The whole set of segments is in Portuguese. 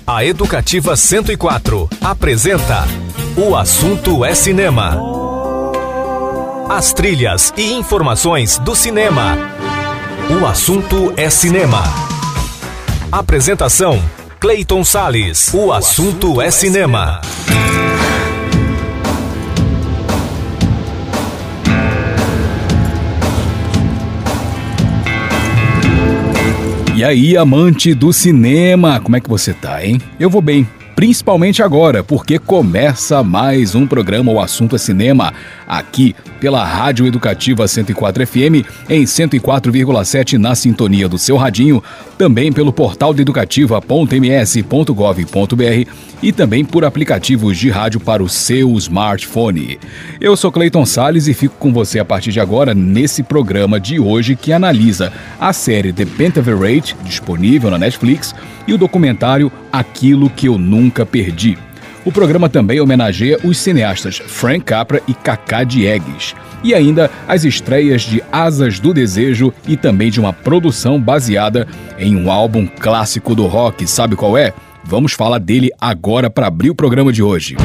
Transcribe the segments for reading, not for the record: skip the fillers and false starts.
A Educativa 104 apresenta O Assunto é Cinema. As trilhas e informações do cinema. O Assunto é Cinema. Apresentação: Cleiton Salles. O Assunto é Cinema. E aí, amante do cinema, como é que você tá, hein? Eu vou bem, principalmente agora, porque começa mais um programa O Assunto é Cinema, aqui pela Rádio Educativa 104 FM, em 104,7 na sintonia do seu radinho, também pelo portal da educativa.ms.gov.br e também por aplicativos de rádio para o seu smartphone. Eu sou Cleiton Salles e fico com você a partir de agora nesse programa de hoje que analisa a série The Pentaverate, disponível na Netflix, e o documentário Aquilo que Eu Nunca Perdi. O programa também homenageia os cineastas Frank Capra e Cacá Diegues. E ainda as estreias de Asas do Desejo e também de uma produção baseada em um álbum clássico do rock. Sabe qual é? Vamos falar dele agora para abrir o programa de hoje.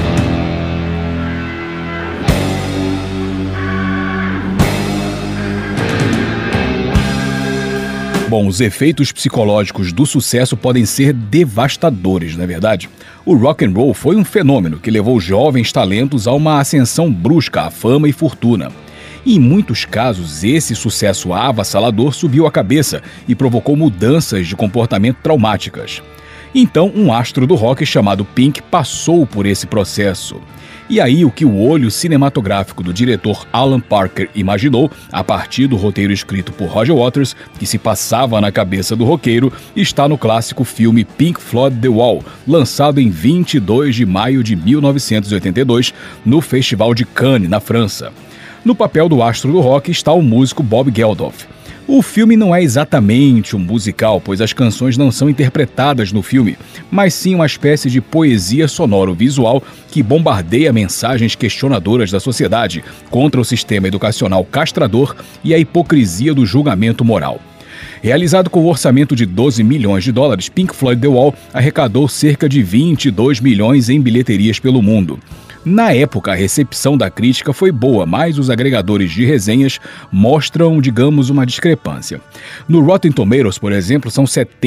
Bom, os efeitos psicológicos do sucesso podem ser devastadores, não é verdade? O rock and roll foi um fenômeno que levou jovens talentos a uma ascensão brusca à fama e fortuna. E em muitos casos, esse sucesso avassalador subiu a cabeça e provocou mudanças de comportamento traumáticas. Então, um astro do rock chamado Pink passou por esse processo. E aí, o que o olho cinematográfico do diretor Alan Parker imaginou, a partir do roteiro escrito por Roger Waters, que se passava na cabeça do roqueiro, está no clássico filme Pink Floyd The Wall, lançado em 22 de maio de 1982, no Festival de Cannes, na França. No papel do astro do rock está o músico Bob Geldof. O filme não é exatamente um musical, pois as canções não são interpretadas no filme, mas sim uma espécie de poesia sonoro-visual que bombardeia mensagens questionadoras da sociedade contra o sistema educacional castrador e a hipocrisia do julgamento moral. Realizado com um orçamento de 12 milhões de dólares, Pink Floyd The Wall arrecadou cerca de 22 milhões em bilheterias pelo mundo. Na época, a recepção da crítica foi boa, mas os agregadores de resenhas mostram, digamos, uma discrepância. No Rotten Tomatoes, por exemplo, são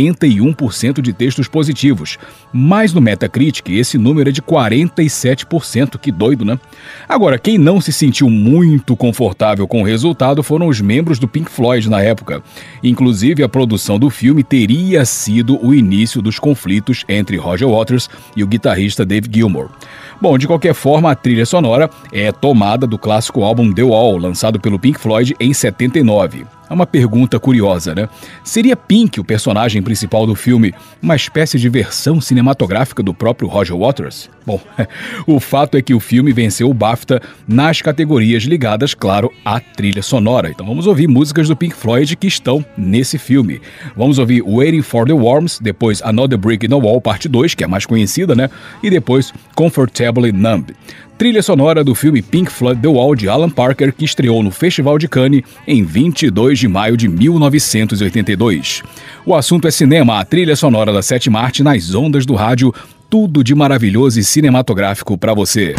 71% de textos positivos, mas no Metacritic esse número é de 47%, que doido, né? Agora, quem não se sentiu muito confortável com o resultado foram os membros do Pink Floyd na época. Inclusive, a produção do filme teria sido o início dos conflitos entre Roger Waters e o guitarrista Dave Gilmour. Bom, de qualquer forma, a trilha sonora é tomada do clássico álbum The Wall, lançado pelo Pink Floyd em 79. É uma pergunta curiosa, né? Seria Pink, o personagem principal do filme, uma espécie de versão cinematográfica do próprio Roger Waters? Bom, o fato é que o filme venceu o BAFTA nas categorias ligadas, claro, à trilha sonora. Então vamos ouvir músicas do Pink Floyd que estão nesse filme. Vamos ouvir Waiting for the Worms, depois Another Brick in the Wall, parte 2, que é a mais conhecida, né? E depois Comfortably Numb. Trilha sonora do filme Pink Floyd The Wall, de Alan Parker, que estreou no Festival de Cannes em 22 de maio de 1982. O assunto é cinema, a trilha sonora da sétima arte nas ondas do rádio, tudo de maravilhoso e cinematográfico para você.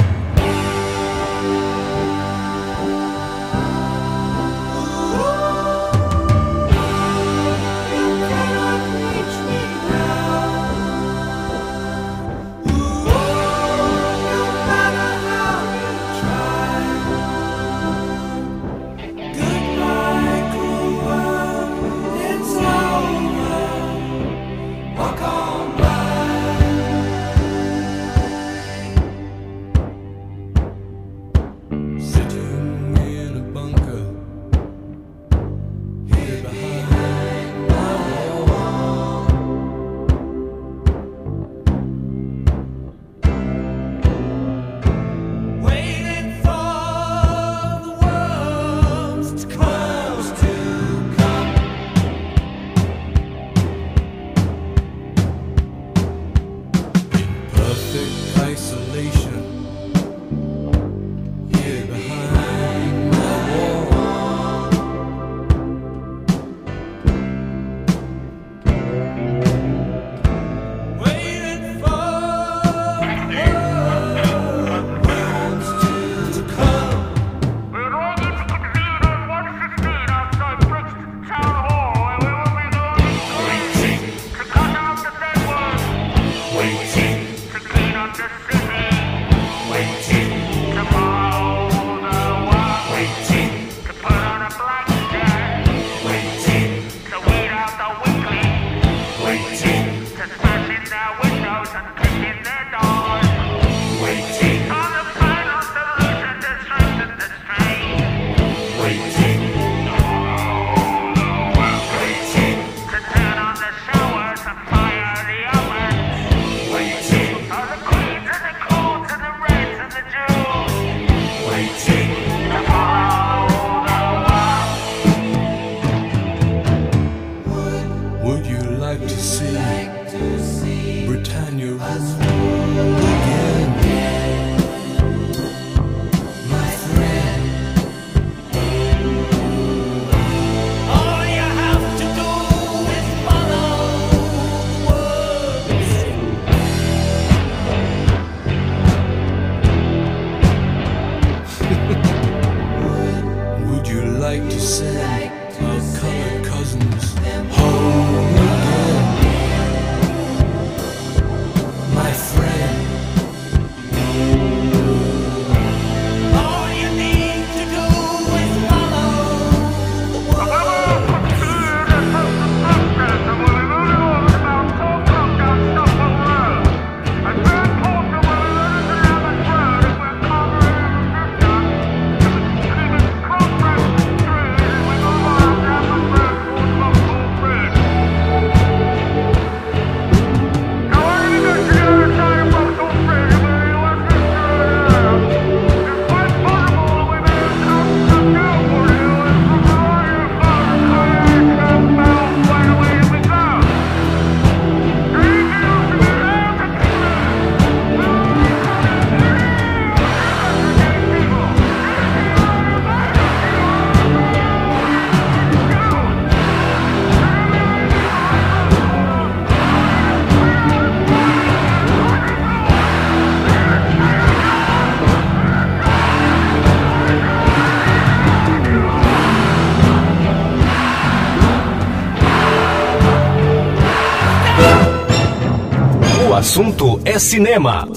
O assunto é cinema.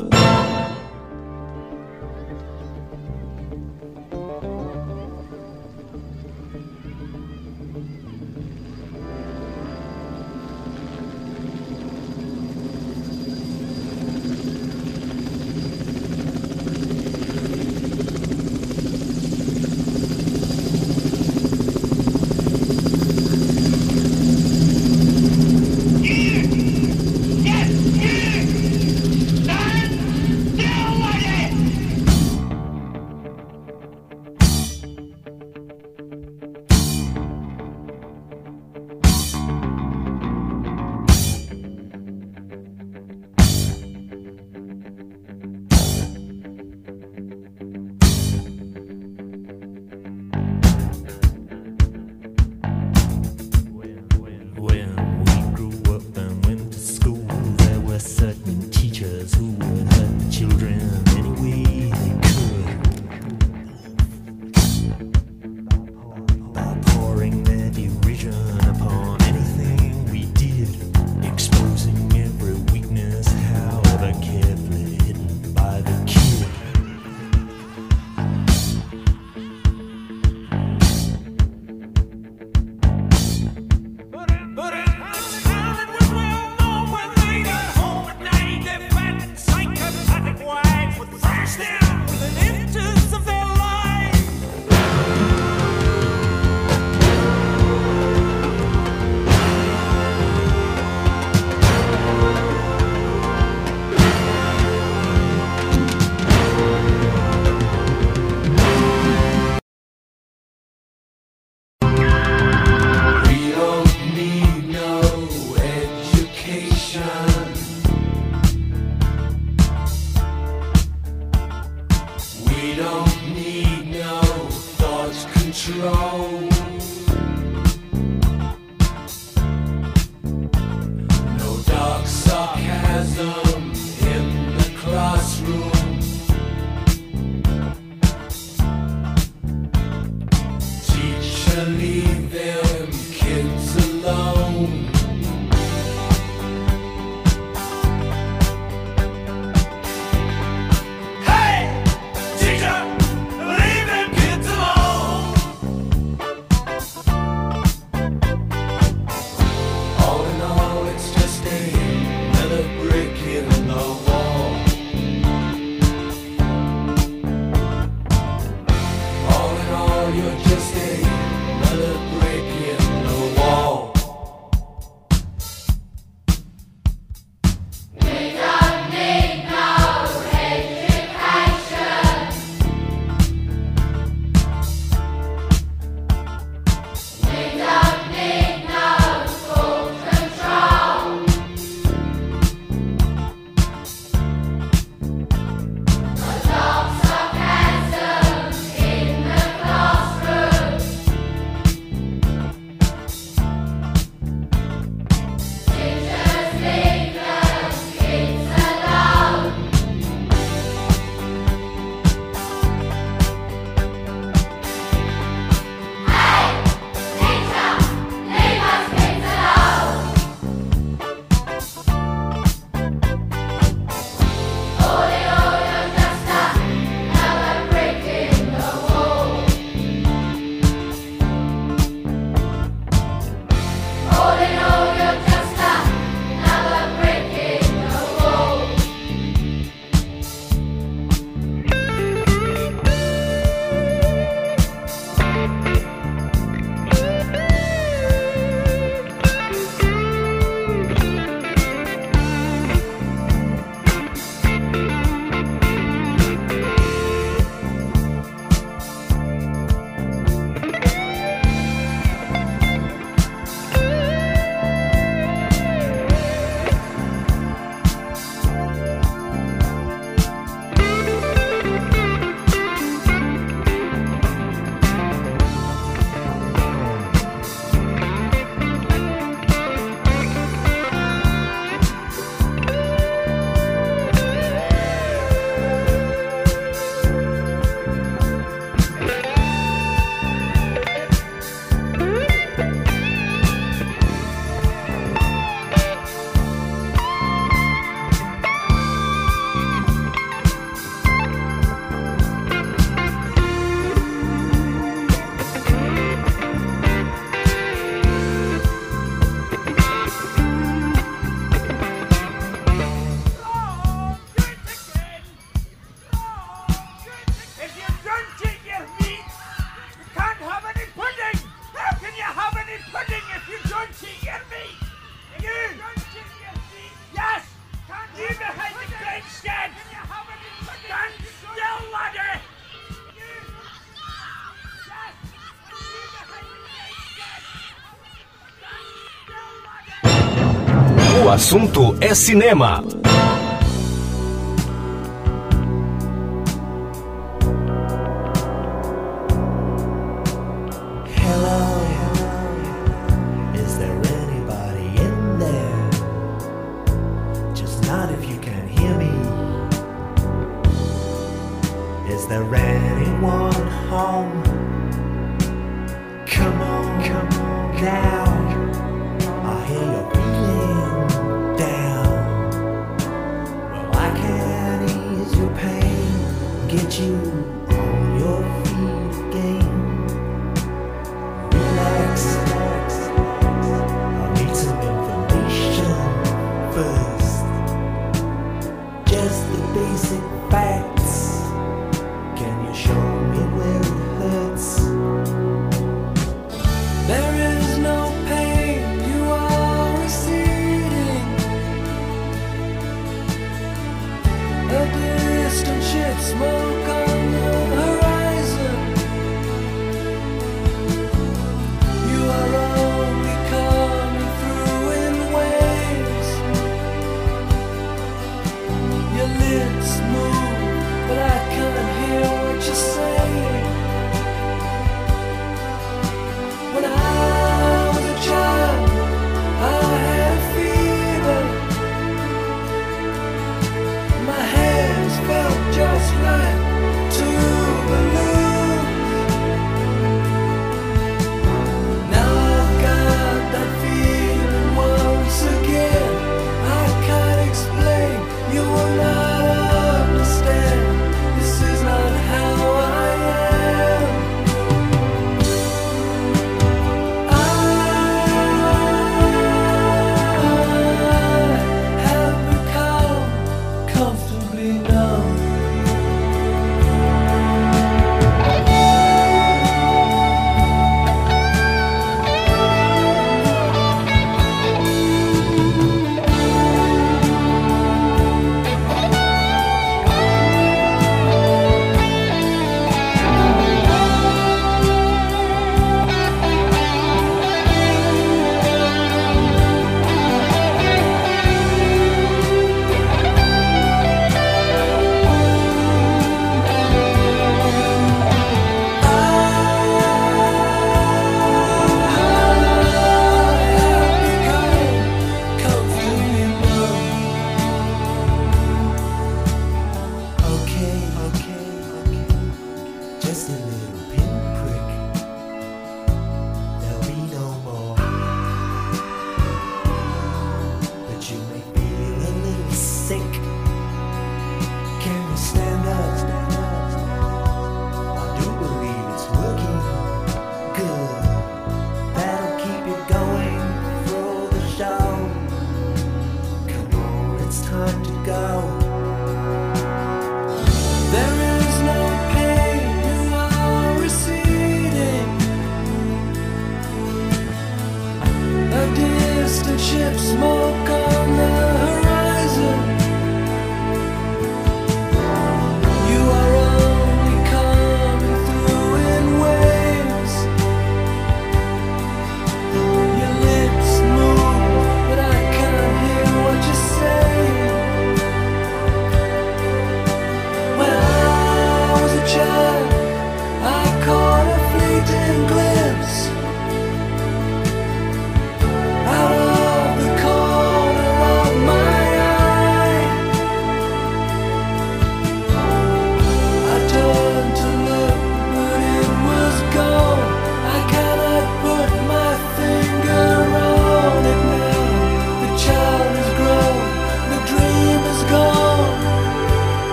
O assunto é cinema.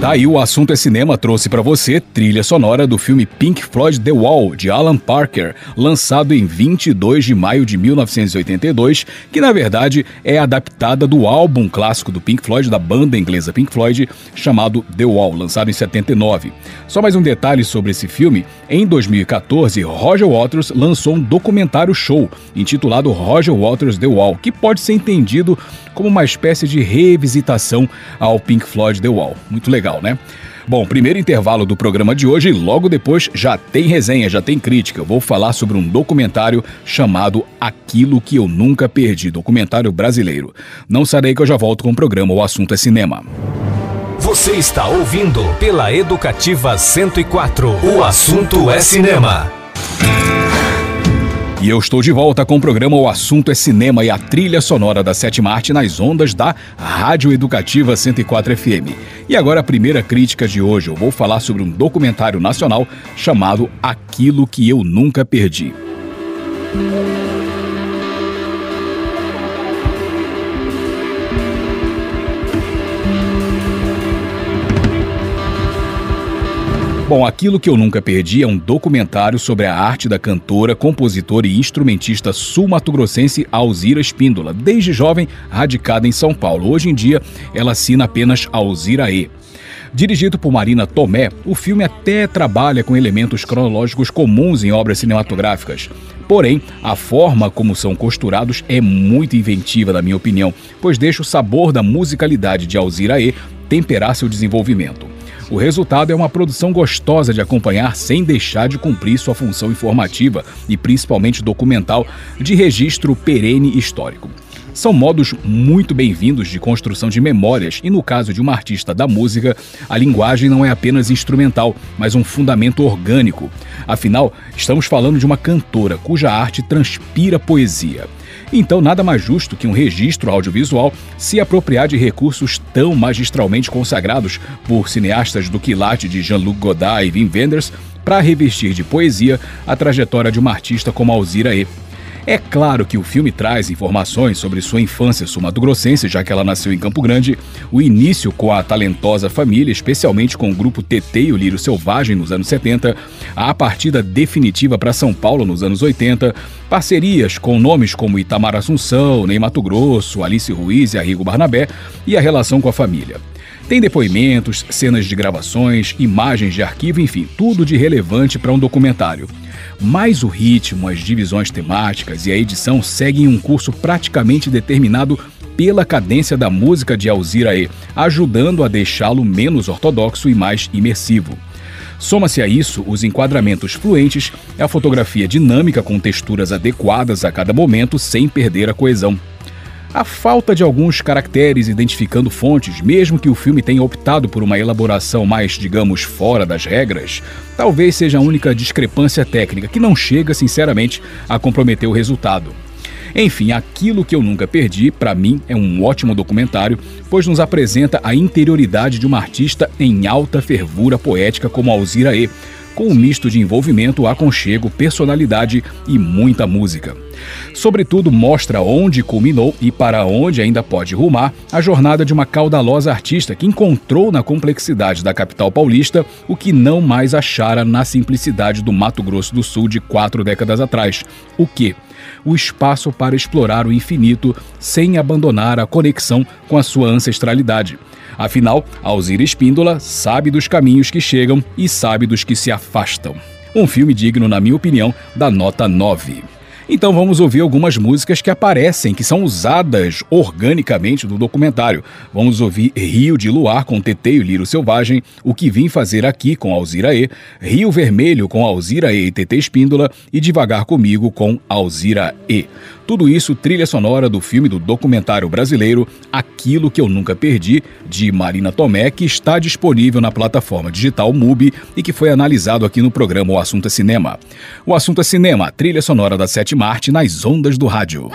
Tá aí, o Assunto é Cinema trouxe pra você trilha sonora do filme Pink Floyd The Wall, de Alan Parker, lançado em 22 de maio de 1982, que na verdade é adaptada do álbum clássico do Pink Floyd, da banda inglesa Pink Floyd, chamado The Wall, lançado em 79. Só mais um detalhe sobre esse filme: em 2014, Roger Waters lançou um documentário show intitulado Roger Waters The Wall, que pode ser entendido como uma espécie de revisitação ao Pink Floyd The Wall. Muito legal, né? Bom, primeiro intervalo do programa de hoje e logo depois já tem resenha, já tem crítica. Eu vou falar sobre um documentário chamado Aquilo que Eu Nunca Perdi, documentário brasileiro. Não sai daí que eu já volto com o programa O Assunto é Cinema. Você está ouvindo pela Educativa 104. O Assunto é Cinema. E eu estou de volta com o programa O Assunto é Cinema e a trilha sonora da Sétima Arte nas ondas da Rádio Educativa 104 FM. E agora a primeira crítica de hoje. Eu vou falar sobre um documentário nacional chamado Aquilo que Eu Nunca Perdi. Bom, Aquilo que Eu Nunca Perdi é um documentário sobre a arte da cantora, compositora e instrumentista sul-mato-grossense Alzira Espíndola, desde jovem radicada em São Paulo. Hoje em dia, ela assina apenas Alzira E. Dirigido por Marina Tomé, o filme até trabalha com elementos cronológicos comuns em obras cinematográficas. Porém, a forma como são costurados é muito inventiva, na minha opinião, pois deixa o sabor da musicalidade de Alzira E temperar seu desenvolvimento. O resultado é uma produção gostosa de acompanhar sem deixar de cumprir sua função informativa e principalmente documental de registro perene histórico. São modos muito bem-vindos de construção de memórias e, no caso de uma artista da música, a linguagem não é apenas instrumental, mas um fundamento orgânico. Afinal, estamos falando de uma cantora cuja arte transpira poesia. Então, nada mais justo que um registro audiovisual se apropriar de recursos tão magistralmente consagrados por cineastas do quilate de Jean-Luc Godard e Wim Wenders para revestir de poesia a trajetória de uma artista como Alzira E. É claro que o filme traz informações sobre sua infância sul-mato-grossense, já que ela nasceu em Campo Grande, o início com a talentosa família, especialmente com o grupo TT e o Lírio Selvagem nos anos 70, a partida definitiva para São Paulo nos anos 80, parcerias com nomes como Itamar Assunção, Ney Matogrosso, Alice Ruiz e Arrigo Barnabé e a relação com a família. Tem depoimentos, cenas de gravações, imagens de arquivo, enfim, tudo de relevante para um documentário. Mas o ritmo, as divisões temáticas e a edição seguem um curso praticamente determinado pela cadência da música de Alzira E, ajudando a deixá-lo menos ortodoxo e mais imersivo. Soma-se a isso os enquadramentos fluentes e a fotografia dinâmica com texturas adequadas a cada momento sem perder a coesão. A falta de alguns caracteres identificando fontes, mesmo que o filme tenha optado por uma elaboração mais, digamos, fora das regras, talvez seja a única discrepância técnica que não chega, sinceramente, a comprometer o resultado. Enfim, Aquilo que Eu Nunca Perdi, para mim, é um ótimo documentário, pois nos apresenta a interioridade de uma artista em alta fervura poética como Alzira E, com um misto de envolvimento, aconchego, personalidade e muita música. Sobretudo, mostra onde culminou e para onde ainda pode rumar a jornada de uma caudalosa artista que encontrou na complexidade da capital paulista o que não mais achara na simplicidade do Mato Grosso do Sul de 4 décadas atrás. O quê? O espaço para explorar o infinito sem abandonar a conexão com a sua ancestralidade. Afinal, Alzira Espíndola sabe dos caminhos que chegam e sabe dos que se afastam. Um filme digno, na minha opinião, da nota 9. Então vamos ouvir algumas músicas que aparecem, que são usadas organicamente no documentário. Vamos ouvir Rio de Luar com TT e o Lírio Selvagem, O Que Vim Fazer Aqui com Alzira E, Rio Vermelho com Alzira E e TT Espíndola e Devagar Comigo com Alzira E. Tudo isso trilha sonora do filme do documentário brasileiro Aquilo que Eu Nunca Perdi, de Marina Tomé, que está disponível na plataforma digital MUBI e que foi analisado aqui no programa O Assunto é Cinema. O Assunto é Cinema, trilha sonora da Sétima Arte nas ondas do rádio.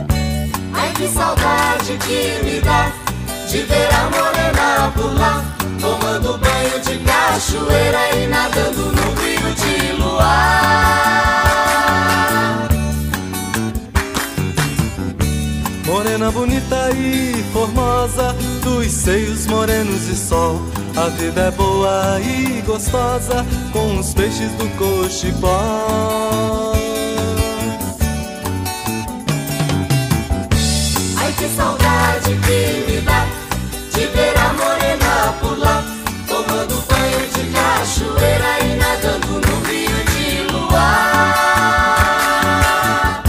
Que me dá de ver a morena pular tomando banho de cachoeira e nadando no rio de luar. Morena bonita e formosa, dos seios morenos de sol, a vida é boa e gostosa com os peixes do Cochipó. Ai, que saudade que me dá de ver a morena por lá, tomando banho de cachoeira e nadando no rio de luar.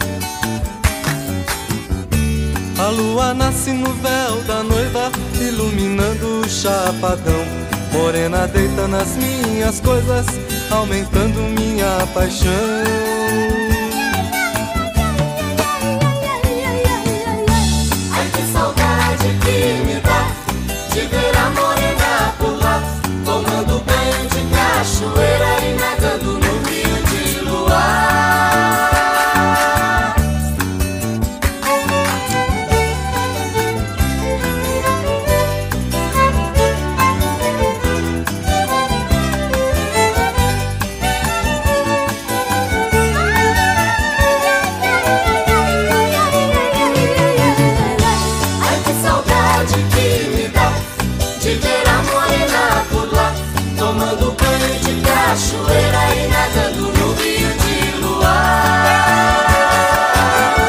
A lua nasce no véu da noiva, iluminando o chapadão. Morena deita nas minhas coisas, aumentando minha paixão. Que me dá de ver a morena por lá, tomando banho de cachoeira e nadando no rio de luar. Cachoeira e nadando no rio de luar.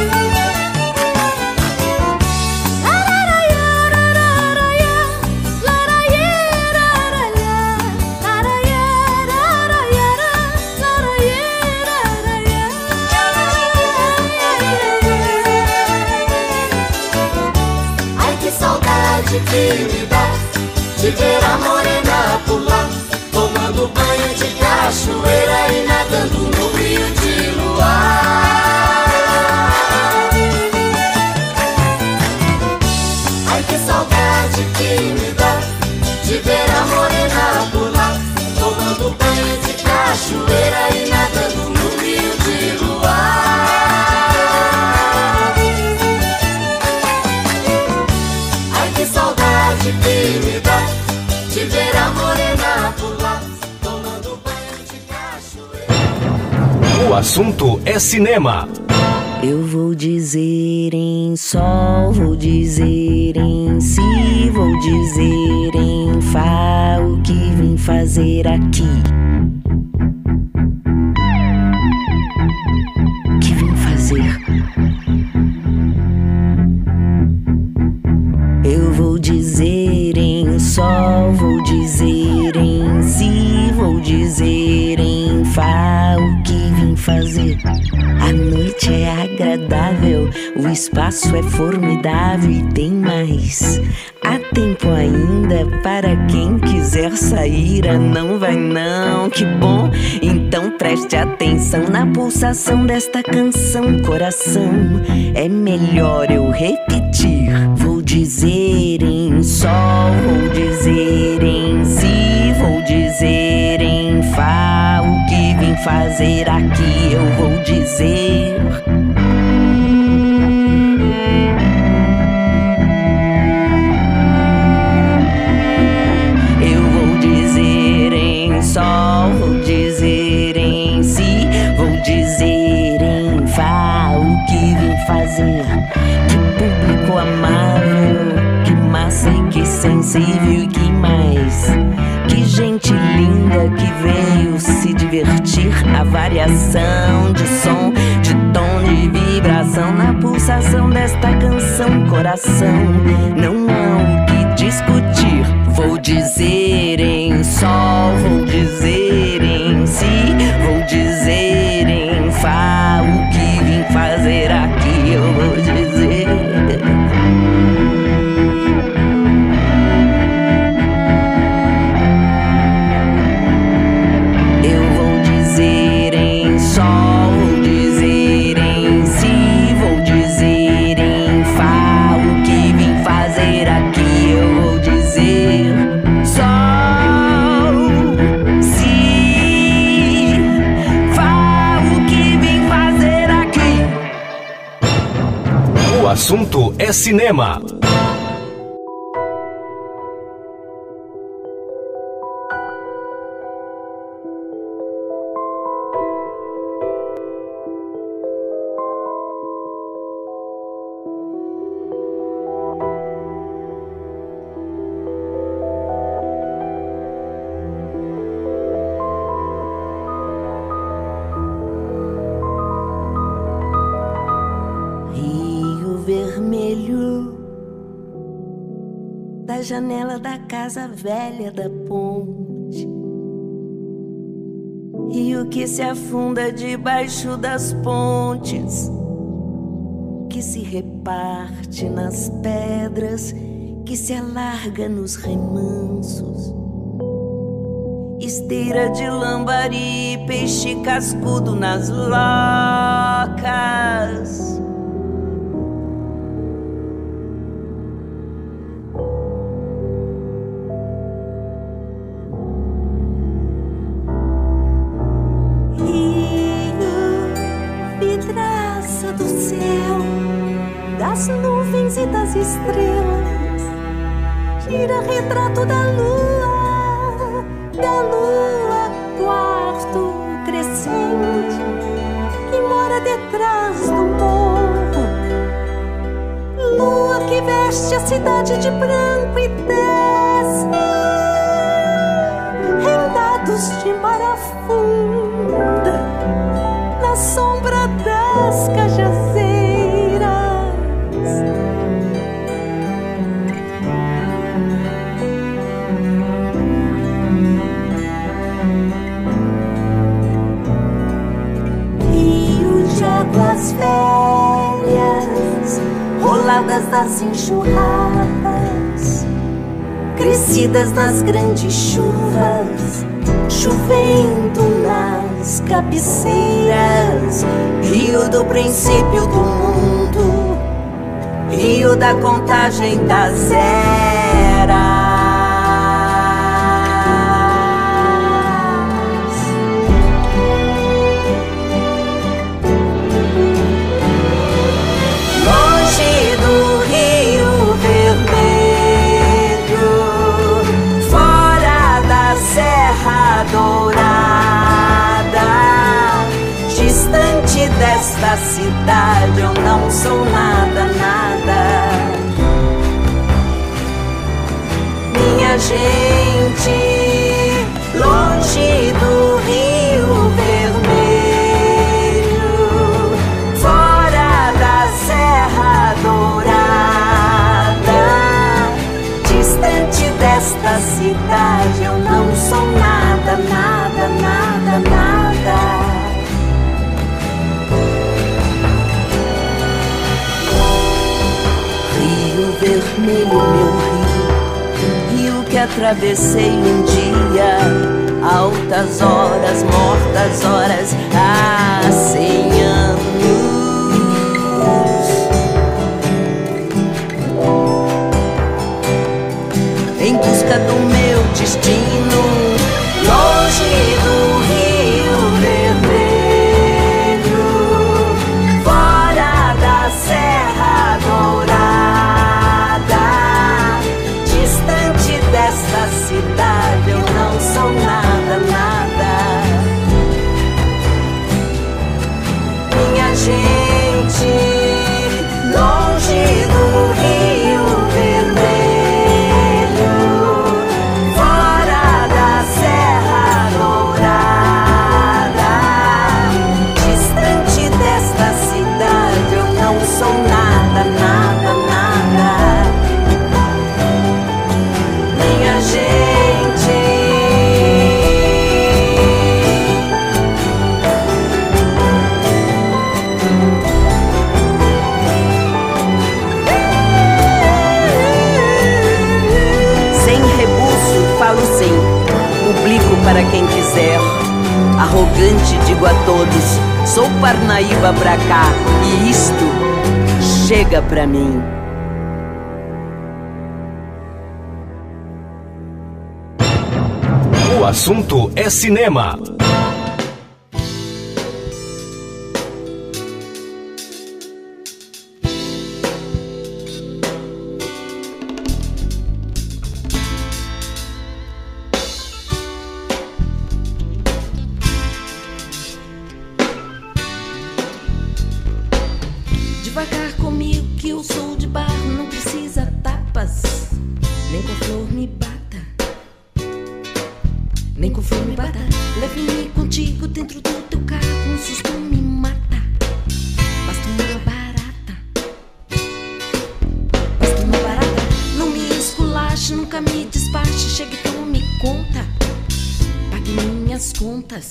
Ai, que saudade que me dá de ver a morena por lá, tomando banho de cachoeira e nadando no rio de luar. Ai, que saudade que me dá de ver a morena por lá, tomando banho de cachoeira e nadando no rio de luar. Ai, que saudade que me dá de ver a morena por lá, tomando banho de cachoeira. O assunto é cinema. Eu vou dizer em sol, vou dizer em si, vou dizer em fá o que vim fazer aqui. O que vim fazer? Eu vou dizer em sol, vou dizer em si, vou dizer em fá o que vim fazer. A noite é agradável, o espaço é formidável e tem mais. Há tempo ainda para quem quiser sair. Ah, não vai não, que bom. Então preste atenção na pulsação desta canção, coração. É melhor eu repetir. Vou dizer em sol, vou dizer em si, vou dizer em fá o que vim fazer aqui. Eu vou dizer. Eu vou dizer em sol, vou dizer em si, vou dizer em fá o que vim fazer. Que público amável, que massa e que sensível e que mais. Que gente linda que veio se divertir. A variação de som, de tom, de vibração na pulsação desta canção, coração. Não há o que discutir. Vou dizer em sol, vou dizer em si, vou dizer em fá o que vim fazer aqui. Eu vou dizer. O assunto é cinema. vermelho da janela da casa velha da ponte, rio que se afunda debaixo das pontes, que se reparte nas pedras, que se alarga nos remansos, esteira de lambari, peixe cascudo nas locas. Do céu, das nuvens e das estrelas, gira retrato da lua, quarto crescente, que mora detrás do morro, lua que veste a cidade de branco e desce em dados de marafunda, na sombra das cajazeiras. Rio de águas velhas, roladas das enxurradas, crescidas nas grandes chuvas, chovendo nas cabeceiras. Rio do princípio do mundo, rio da contagem das eras. Longe do Rio Vermelho, fora da Serra Dourada, distante desta cidade, eu não sou nada, nada. Minha gente, longe do Rio Vermelho, fora da Serra Dourada, distante desta cidade, eu não sou nada, nada, nada, nada. Vermelho, meu rio, rio que atravessei um dia, altas horas, mortas horas, há 100 anos, em busca do meu destino, longe do Rio Vermelho, fora da Serra Dourada, desta cidade, eu não sou nada, nada. Minha gente, longe do Rio Vermelho, fora da Serra Dourada, distante desta cidade, eu não sou nada, nada, nada. Publico para quem quiser, arrogante digo a todos, sou Parnaíba pra cá e isto chega pra mim. O assunto é cinema. Devagar comigo que eu sou de barro, não precisa tapas, nem com flor me bata, nem com flor me bata. Leve-me contigo dentro do teu carro, um susto me mata, basta uma barata chega e tome conta. Pague minhas contas.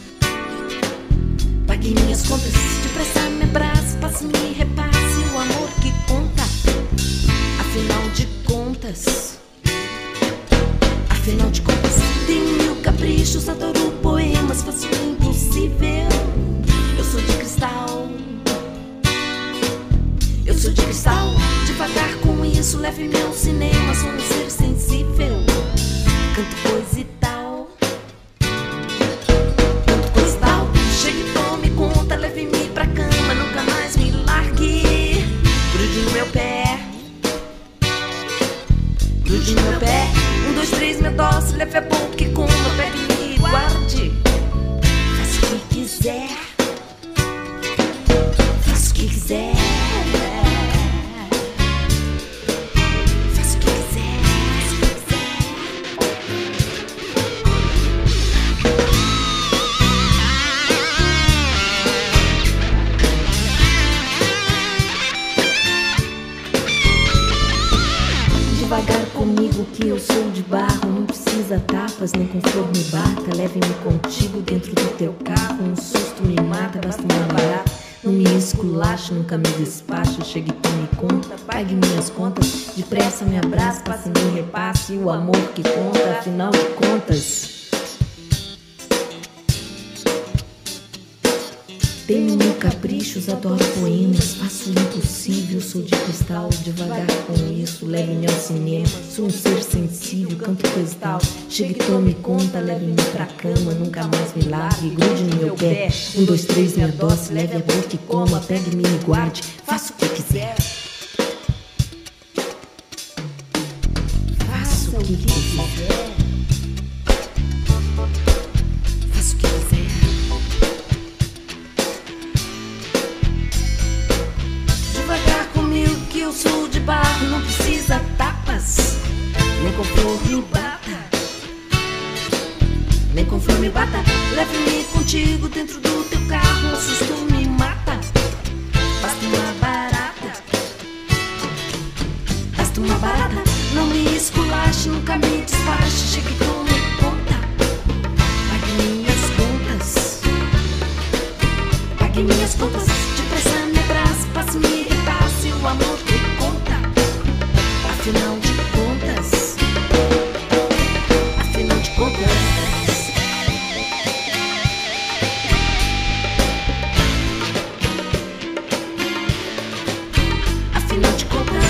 Pague minhas contas. Depressa me abrace, passe, me repasse o amor que conta. Afinal de contas, tenho mil caprichos, adoro poemas, faço o impossível. Eu sou de cristal. Eu sou de cristal. Devagar com isso, leve-me ao cinema. Sou um ser sensível. Canto coisa e tal. Canto coisa e tal. Chegue e tome conta, leve-me pra cama, nunca mais me largue. Grude no meu pé. Grude no meu pé. 1, 2, 3, me adoce, leve a boca que coma, pegue-me e guarde. Faça o que quiser. Faça o que quiser. Faça o que quiser. Devagar comigo que eu sou de barro. Não precisa tapas, nem com flor me bata. Leve-me contigo dentro do teu carro. Um susto me mata, basta uma barata. Não me esculache, nunca me despache. Chegue e tome conta, pague minhas contas. Depressa me abraça, passe, me repasse o amor que conta, afinal de contas. Tenho mil caprichos, adoro poemas, faço o impossível, sou de cristal. Devagar com isso, leve-me ao cinema. Sou um ser sensível, canto coisa e tal. Chegue e tome conta, leve-me pra cama, nunca mais me largue, grude no meu pé. 1, 2, 3, me adoce, leve a boca e coma, pegue-me e guarde, faça o que quiser. Faça o que quiser. Faça o que quiser. Devagar comigo que eu sou de barro, não precisa tapas, nem com flor me bata. Nem com flor me bata. Leve-me contigo dentro do teu carro, um susto me mata. Basta uma barata. Basta uma barata. Não me esculache, nunca me despache. Chegue e tome conta. Pague minhas contas. Pague minhas contas. Depressa me abrace, passe, me repasse o amor que conta. Afinal de contas. Afinal de contas. Afinal de contas.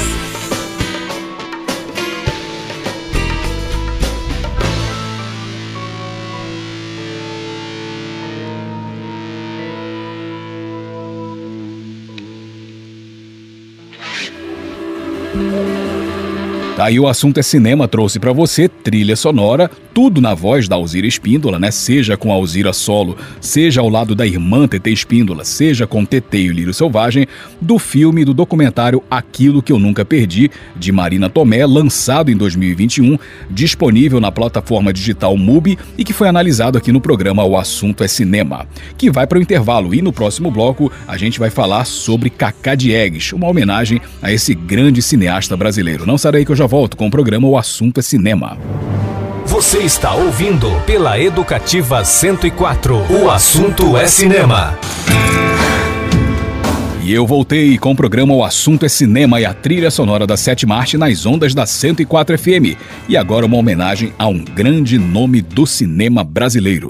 Aí o Assunto é Cinema trouxe pra você trilha sonora, tudo na voz da Alzira Espíndola, né? Seja com a Alzira solo, seja ao lado da irmã Tetê Espíndola, seja com Tetê e o Lírio Selvagem, do filme e do documentário Aquilo que Eu Nunca Perdi, de Marina Tomé, lançado em 2021, disponível na plataforma digital MUBI e que foi analisado aqui no programa O Assunto é Cinema, que vai para o intervalo. E no próximo bloco a gente vai falar sobre Cacá Diegues, uma homenagem a esse grande cineasta brasileiro. Não sai daí que eu já volto com o programa O Assunto é Cinema. Você está ouvindo pela Educativa 104. O Assunto é Cinema. E eu voltei com o programa O Assunto é Cinema e a trilha sonora da Sétima Arte nas ondas da 104 FM. E agora uma homenagem a um grande nome do cinema brasileiro.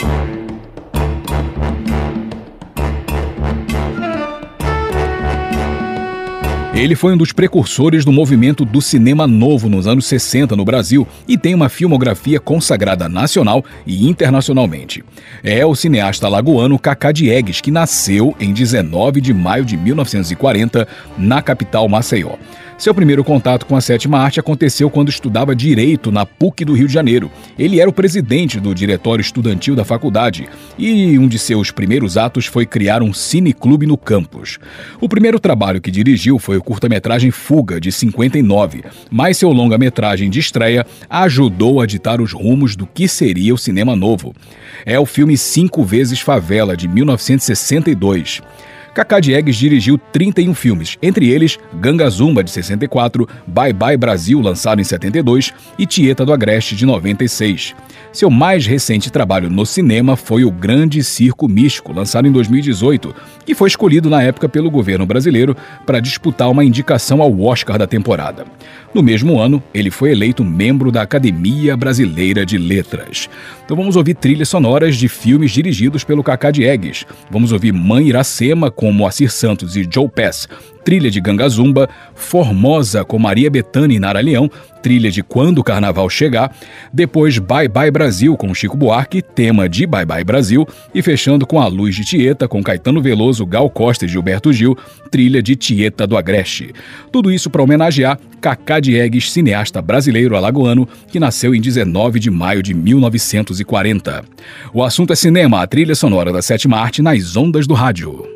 Ele foi um dos precursores do movimento do cinema novo nos anos 60 no Brasil e tem uma filmografia consagrada nacional e internacionalmente. É o cineasta alagoano Cacá Diegues, que nasceu em 19 de maio de 1940 na capital Maceió. Seu primeiro contato com a sétima arte aconteceu quando estudava Direito na PUC do Rio de Janeiro. Ele era o presidente do diretório estudantil da faculdade e um de seus primeiros atos foi criar um cineclube no campus. O primeiro trabalho que dirigiu foi o curta-metragem Fuga, de 59, mas seu longa-metragem de estreia ajudou a ditar os rumos do que seria o cinema novo. É o filme 5 Vezes Favela, de 1962. Cacá Diegues dirigiu 31 filmes, entre eles Ganga Zumba, de 64, Bye Bye Brasil, lançado em 72, e Tieta do Agreste, de 96. Seu mais recente trabalho no cinema foi O Grande Circo Místico, lançado em 2018, que foi escolhido na época pelo governo brasileiro para disputar uma indicação ao Oscar da temporada. No mesmo ano, ele foi eleito membro da Academia Brasileira de Letras. Então vamos ouvir trilhas sonoras de filmes dirigidos pelo Cacá Diegues. Vamos ouvir Mãe Iracema, com Moacir Santos e Joe Pass, trilha de Ganga Zumba, Formosa, com Maria Bethânia e Nara Leão, trilha de Quando o Carnaval Chegar, depois Bye Bye Brasil, com Chico Buarque, tema de Bye Bye Brasil, e fechando com A Luz de Tieta, com Caetano Veloso, Gal Costa e Gilberto Gil, trilha de Tieta do Agreste. Tudo isso para homenagear Cacá Diegues, cineasta brasileiro alagoano, que nasceu em 19 de maio de 1940. O assunto é cinema, a trilha sonora da sétima arte nas ondas do rádio.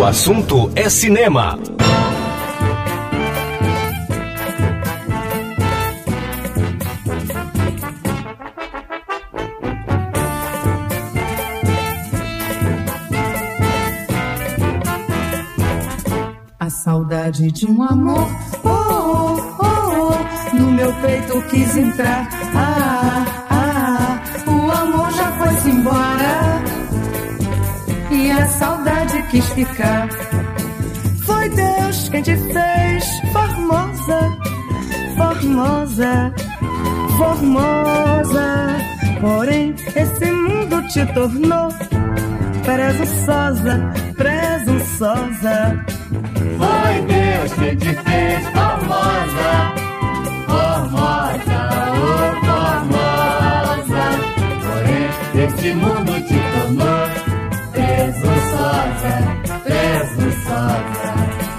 O assunto é cinema. A saudade de um amor, oh, oh, oh, oh, no meu peito quis entrar. O amor já foi-se embora e a saudade quis ficar. Foi Deus quem te fez formosa, formosa, formosa. Porém, esse mundo te tornou presunçosa, presunçosa. Foi Deus que te fez formosa, formosa, oh formosa. Porém, esse mundo te tornou presunçosa, presunçosa.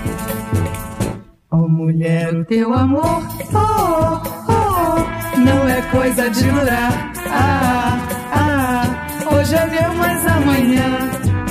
Oh mulher, o teu amor, oh, oh, oh, não é coisa de durar. Hoje é meu, mas amanhã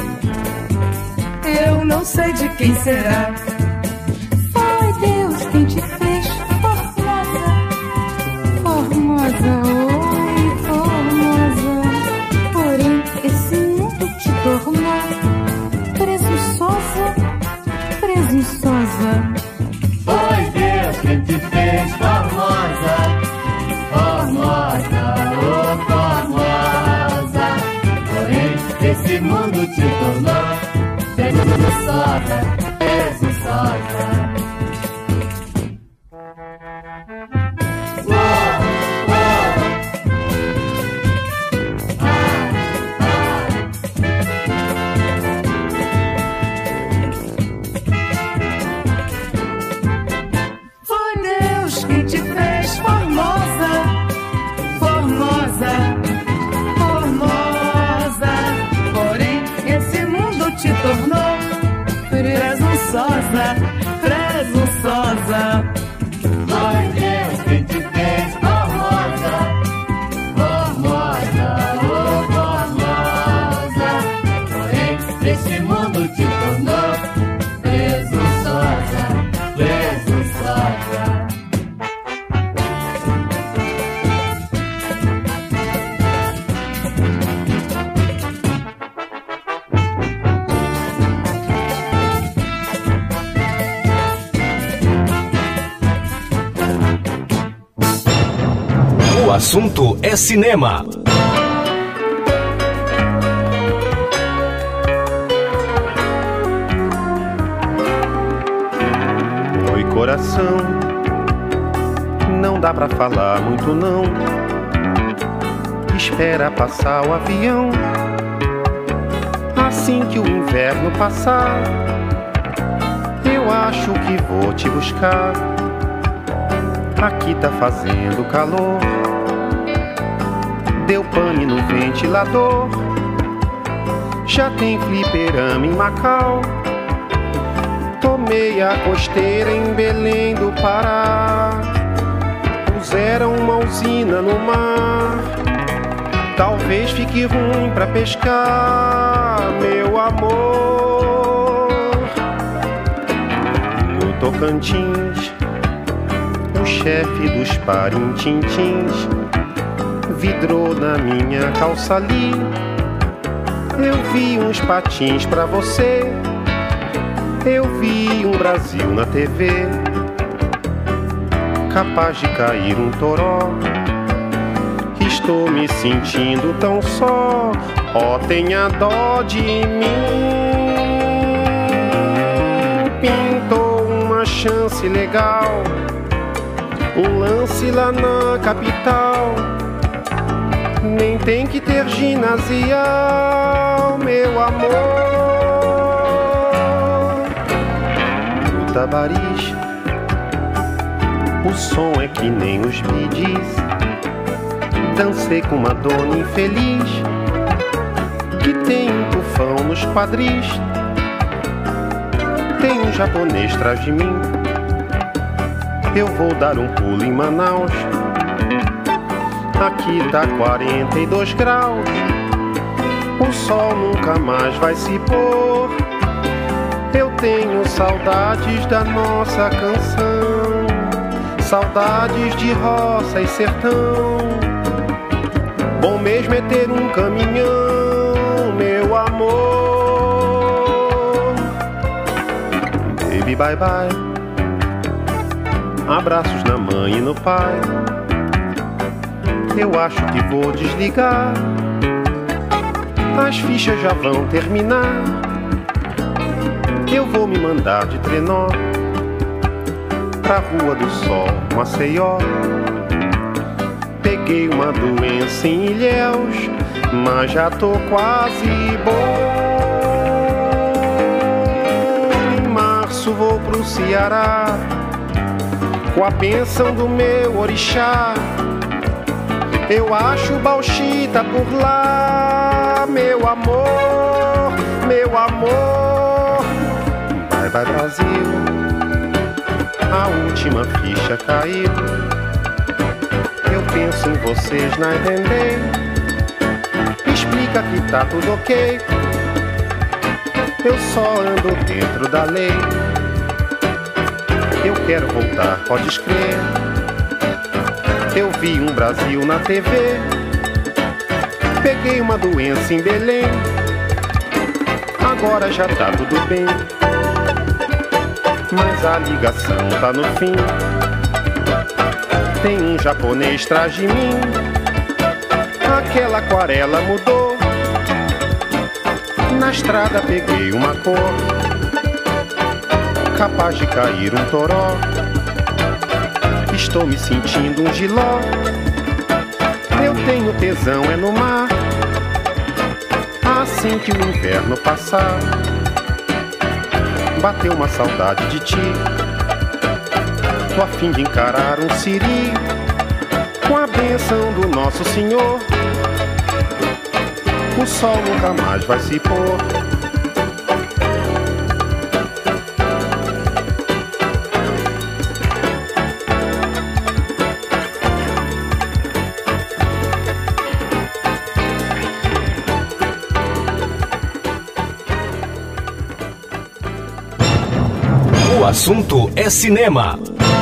eu não sei de quem será. Foi Deus quem te fez formosa, formosa, oi, formosa. Porém, esse mundo te tornou presunçosa, presunçosa. Foi Deus quem te fez formosa, formosa, oh formosa. Porém, esse mundo te tornou presunçosa, presunçosa. Foi Deus quem te fez formosa, formosa, formosa. Porém, esse mundo te tornou presunçosa, presunçosa. Foi Deus quem te fez formosa, formosa, oh formosa. Porém, esse mundo te tornou presunçosa, presunçosa. O assunto é cinema. Oi, coração, não dá pra falar muito não. Espera passar o avião. Assim que o inverno passar, eu acho que vou te buscar. Aqui tá fazendo calor, deu pane no ventilador. Já tem fliperama em Macau. Tomei a costeira em Belém do Pará. Puseram uma usina no mar. Talvez fique ruim pra pescar, meu amor. No Tocantins, o chefe dos parintintins vidrou na minha calça ali. Eu vi uns patins pra você, eu vi um Brasil na TV, capaz de cair um toró. Estou me sentindo tão só, ó, tenha dó de mim. Pintou uma chance legal, um lance lá na capital. Nem tem que ter ginasial, meu amor. No Tabaris, o som é que nem os bidis. Dancei com uma dona infeliz que tem um tufão nos quadris. Tem um japonês atrás de mim. Eu vou dar um pulo em Manaus. Aqui tá 42 graus. O sol nunca mais vai se pôr. Eu tenho saudades da nossa canção, saudades de roça e sertão. Bom mesmo é ter um caminhão, meu amor. Baby, bye bye. Abraços na mãe e no pai. Eu acho que vou desligar. As fichas já vão terminar. Eu vou me mandar de trenó pra Rua do Sol, Maceió. Peguei uma doença em Ilhéus, mas já tô quase bom. Em março vou pro Ceará, com a bênção do meu orixá. Eu acho bauxita por lá, meu amor, meu amor. Bye bye Brasil, a última ficha caiu. Eu penso em vocês na Entendem. Explica que tá tudo ok. Eu só ando dentro da lei. Eu quero voltar, pode escrever. Eu vi um Brasil na TV. Peguei uma doença em Belém. Agora já tá tudo bem, mas a ligação tá no fim. Tem um japonês atrás de mim. Aquela aquarela mudou. Na estrada peguei uma cor, capaz de cair um toró. Estou me sentindo um giló. Eu tenho tesão é no mar. Assim que o inverno passar, bateu uma saudade de ti. Tô a fim de encarar um siri, com a bênção do Nosso Senhor. O sol nunca mais vai se pôr. O assunto é cinema.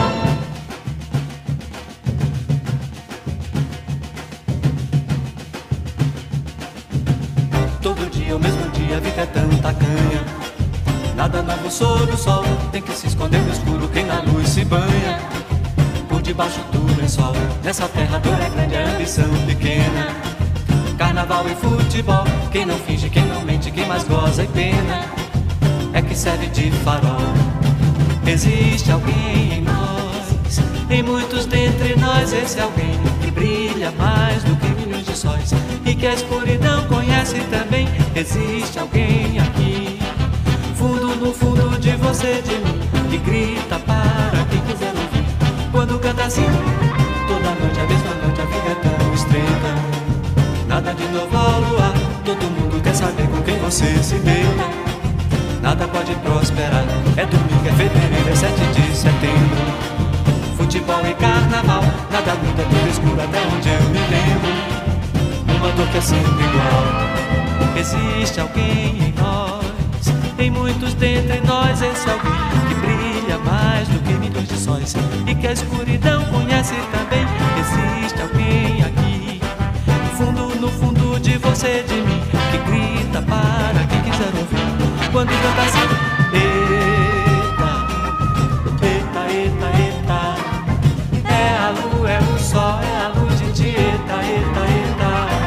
Todo dia, o mesmo dia, a vida é tão tacanha. Nada novo sob o sol, tem que se esconder no escuro quem na luz se banha. Por debaixo do lençol, nessa terra dura é grande a ambição pequena. Carnaval e futebol, quem não finge, quem não mente, quem mais goza e pena é que serve de farol. Existe alguém em nós, em muitos dentre nós, esse alguém que brilha mais do que milhões de sóis e que a escuridão conhece também. Existe alguém aqui, fundo no fundo de você, de mim, que grita para quem quiser ouvir. Quando canta assim, toda noite, a mesma noite, a vida é tão estreita. Nada de novo ao luar, todo mundo quer saber com quem você se deita. Nada pode prosperar, é domingo, é fevereiro, é 7 de setembro. Futebol e carnaval, nada muda, tudo escuro até onde eu me lembro. Uma dor que é sempre igual. Existe alguém em nós, em muitos dentre nós, esse alguém que brilha mais do que milhões de sóis e que a escuridão conhece também. Existe alguém aqui, fundo no fundo de você, de mim, que grita para quem quiser ouvir. Quando canta assim, eita, eita, eita, eita, é a lua, é o sol, é a luz de ti, eita, eita, eita,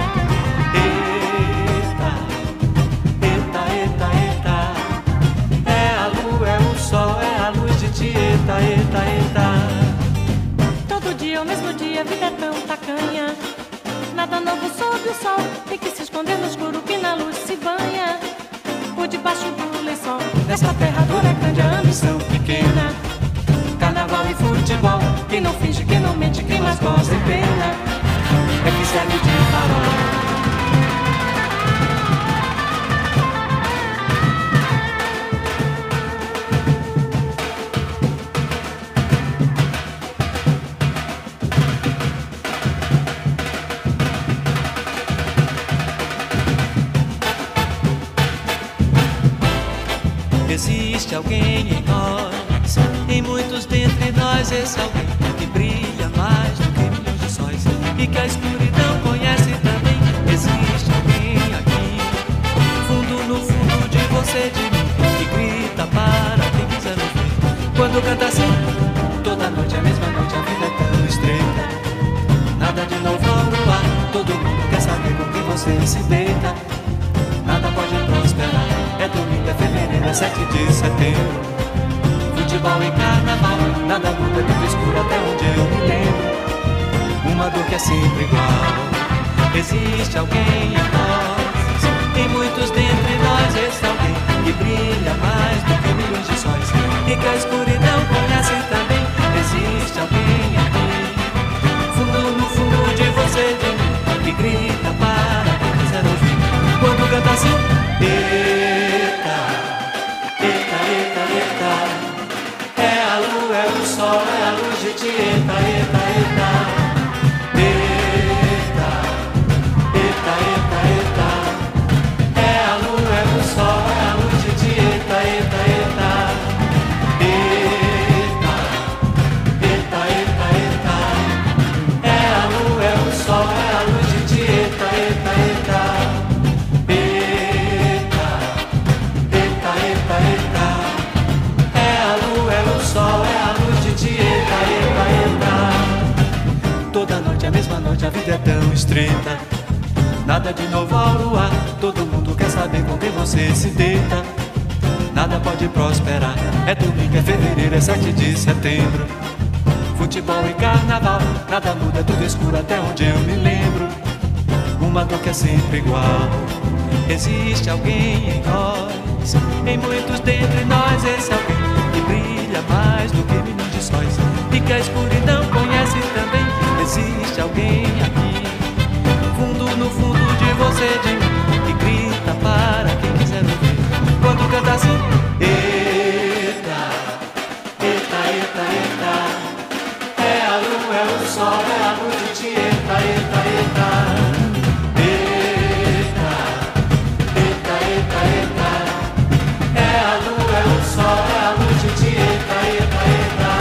eita, eita, eita, eita, é a lua, é o sol, é a luz de ti, eita, eita, eita. Todo dia, o mesmo dia, a vida é tão tacanha. Nada novo sob o sol, tem que se esconder no escuro que na luz se banha. Por debaixo do lençol, nessa terra dura é grande a ambição pequena. Carnaval e futebol, quem não finge, quem não mente, quem mais goza e pena é que serve de farol. alguém em nós, em muitos dentre nós, esse alguém que brilha mais do que milhões de sóis e que a escuridão conhece também. Existe alguém aqui, fundo no fundo de você, de mim, que grita para quem quiser ouvir. Quando canta assim, toda noite é a mesma noite, a vida é tão estreita. Nada de novo no ar, todo mundo quer saber com quem você se deita. Nada pode prosperar, é domingo, é fevereiro, é 7 de setembro. Futebol e carnaval, nada muda, é tudo escuro até onde eu me lembro. Uma dor que é sempre igual. Existe alguém em nós, em muitos dentre nós, esse alguém que brilha mais do que milhões de sóis e que a escuridão conhece também. Existe alguém aqui, fundo no fundo de você, de mim, que grita para quem quiser ouvir. Quando canta assim, eita, eita, eita, eita, é a lua, é o sol, é a luz de ti, eita, eita, eita. A vida é tão estreita, nada de novo ao luar. Todo mundo quer saber com quem você se deita. Nada pode prosperar, é domingo, é fevereiro, é 7 de setembro. Futebol e carnaval, nada muda, é tudo escuro até onde eu me lembro. Uma dor que é sempre igual. Existe alguém em nós, em muitos dentre nós, esse alguém que brilha mais do que milhões de sóis e que a escuridão conhece também. Existe alguém aqui, fundo no fundo de você, de mim, que grita para quem quiser ouvir. Quando canta assim, eita, eita, eita, eita, é a lua, é o sol, é a luz de ti, eita, eita, eita, eita, eita, eita, eita, é a lua, é o sol, é a luz de ti, eita, eita, eita.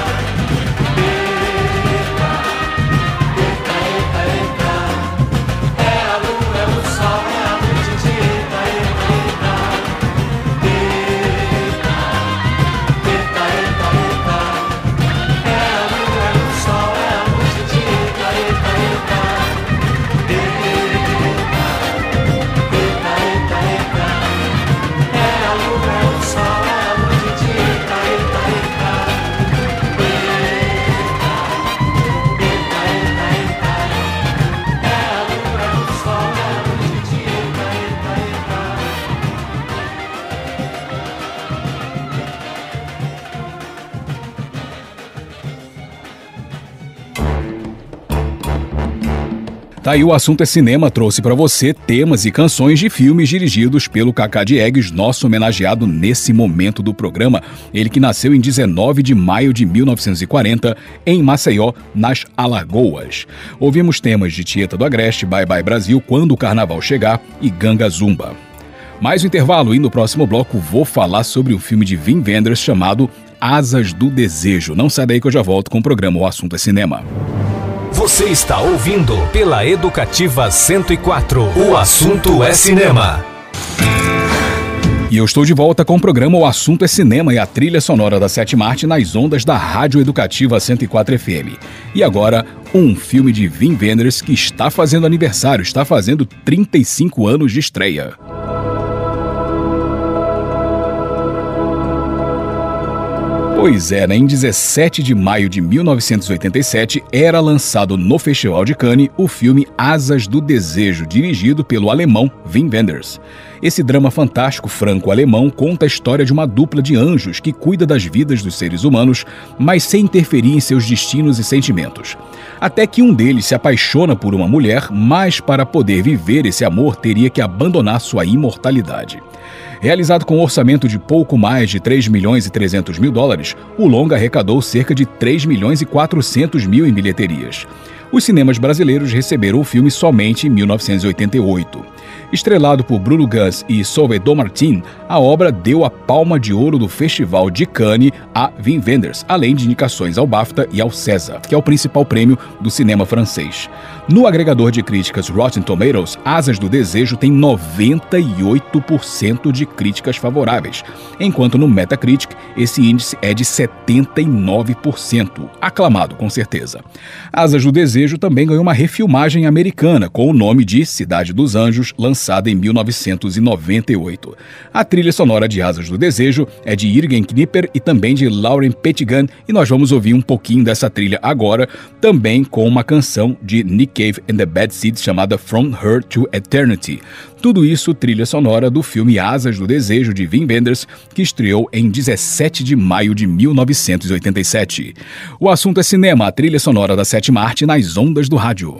Tá aí, o assunto é cinema, trouxe para você temas e canções de filmes dirigidos pelo Cacá Diegues, nosso homenageado nesse momento do programa. Ele que nasceu em 19 de maio de 1940, em Maceió, nas Alagoas. Ouvimos temas de Tieta do Agreste, Bye Bye Brasil, Quando o Carnaval Chegar e Ganga Zumba. Mais um intervalo e no próximo bloco vou falar sobre um filme de Wim Wenders chamado Asas do Desejo. Não sai daí que eu já volto com o programa O Assunto é Cinema. Você está ouvindo pela Educativa 104. O assunto é cinema. E eu estou de volta com o programa O Assunto é Cinema e a trilha sonora da Sétima Arte nas ondas da Rádio Educativa 104 FM. E agora, um filme de Wim Wenders que está fazendo aniversário, está fazendo 35 anos de estreia. Pois é, em 17 de maio de 1987 era lançado no Festival de Cannes o filme Asas do Desejo, dirigido pelo alemão Wim Wenders. Esse drama fantástico franco-alemão conta a história de uma dupla de anjos que cuida das vidas dos seres humanos, mas sem interferir em seus destinos e sentimentos. Até que um deles se apaixona por uma mulher, mas para poder viver esse amor teria que abandonar sua imortalidade. Realizado com um orçamento de pouco mais de 3 milhões e 300 mil dólares, o longa arrecadou cerca de 3 milhões e 400 mil em bilheterias. Os cinemas brasileiros receberam o filme somente em 1988. Estrelado por Bruno Gans e Salvador Martin, a obra deu a palma de ouro do Festival de Cannes a Wim Wenders, além de indicações ao BAFTA e ao César, que é o principal prêmio do cinema francês. No agregador de críticas Rotten Tomatoes, Asas do Desejo tem 98% de críticas favoráveis, enquanto no Metacritic esse índice é de 79%, aclamado com certeza. Asas do Desejo também ganhou uma refilmagem americana com o nome de Cidade dos Anjos, lançada em 1998. A trilha sonora de Asas do Desejo é de Jürgen Knipper e também de Lauren Pettigan, e nós vamos ouvir um pouquinho dessa trilha agora, também com uma canção de Nick Cave and the Bad Seeds chamada From Her to Eternity. Tudo isso trilha sonora do filme Asas do Desejo de Wim Wenders, que estreou em 17 de maio de 1987. O assunto é cinema, a trilha sonora da sétima arte nas ondas do rádio.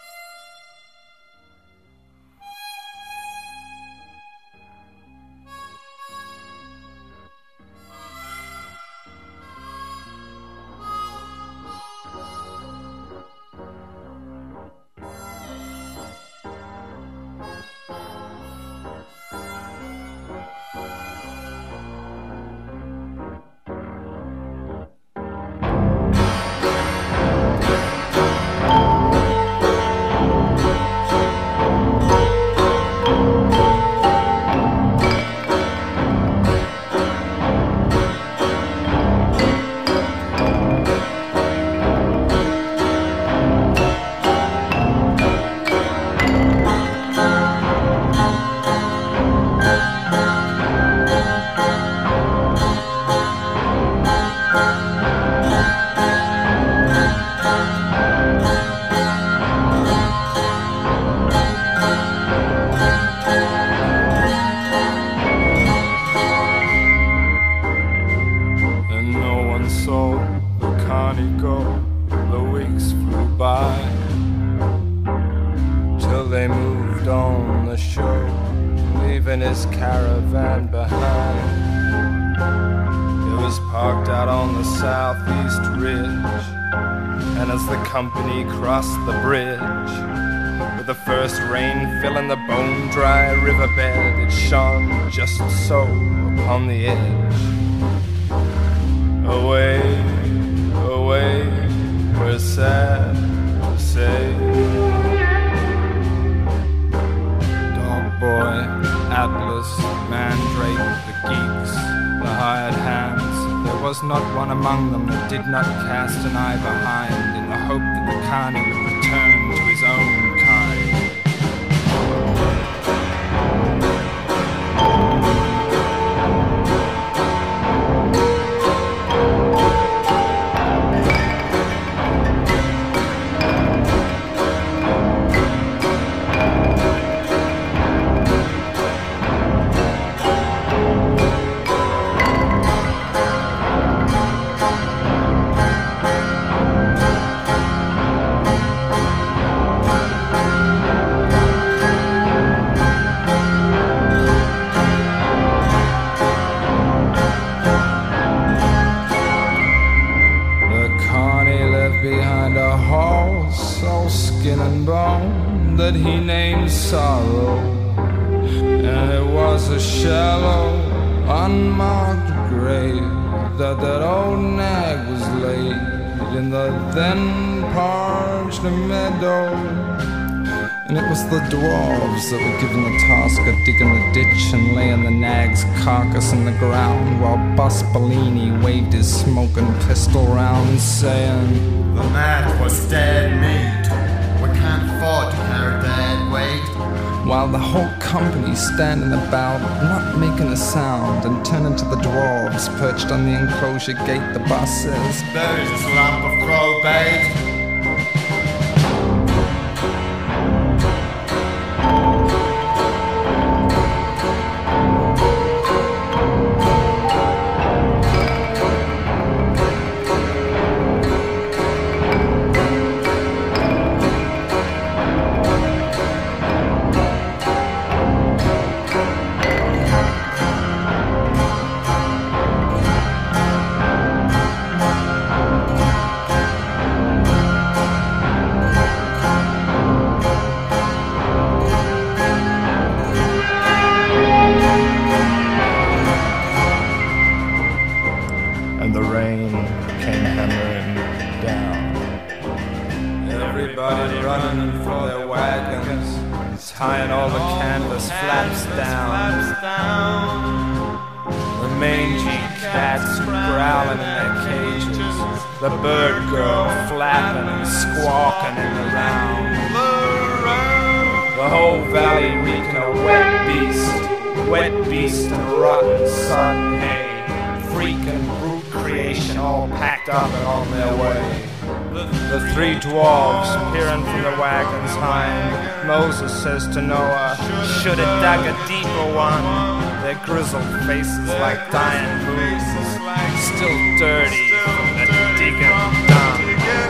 Company crossed the bridge with the first rain filling the bone-dry riverbed. It shone just so upon the edge. Away, away, we're sad to say. Dog boy, Atlas, Mandrake, the geeks, the hired hands. There was not one among them that did not cast an eye behind in the hope that the Carney would return to his own kind. That he named Sorrow, and it was a shallow, unmarked grave that old nag was laid in the then parched meadow. And it was the dwarves that were given the task of digging the ditch and laying the nag's carcass in the ground, while Bus Bellini waved his smoking pistol round, saying, "The mat was dead meat. We can't afford to carry that weight." While the whole company standing about, not making a sound, and turning to the dwarves perched on the enclosure gate, the boss says, "There's this lump of crow bait." Everybody running for their wagons, tying all the canvas flaps down. The mangy cats growling in their cages, the bird girl flapping and squawking in the round. The whole valley reeking of wet beast and rotten sun hay. Freak and brute creation all packed up and on their way. The three dwarves peering from the wagon's hind. Moses says to Noah, should have dug a deeper one. Their grizzled faces like dying moons, still dirty from the digging done.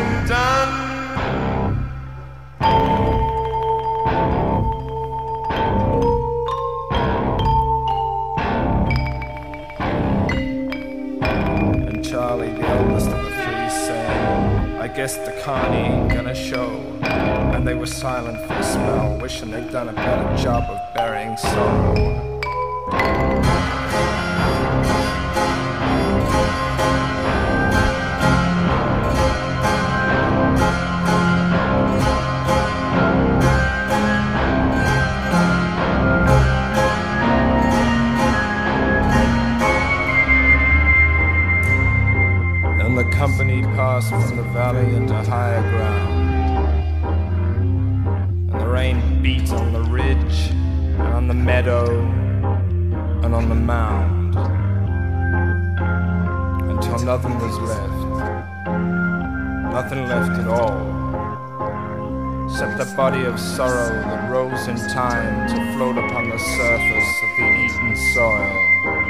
And Charlie, the eldest of the three, said, I guess the carney ain't gonna show. And they were silent for a spell, wishing they'd done a better job of burying sorrow. And the company passed from the valley into higher ground, and the rain beat on the ridge and on the meadow and on the mound, until nothing was left, nothing left at all, except the body of sorrow that rose in time to float upon the surface of the eaten soil.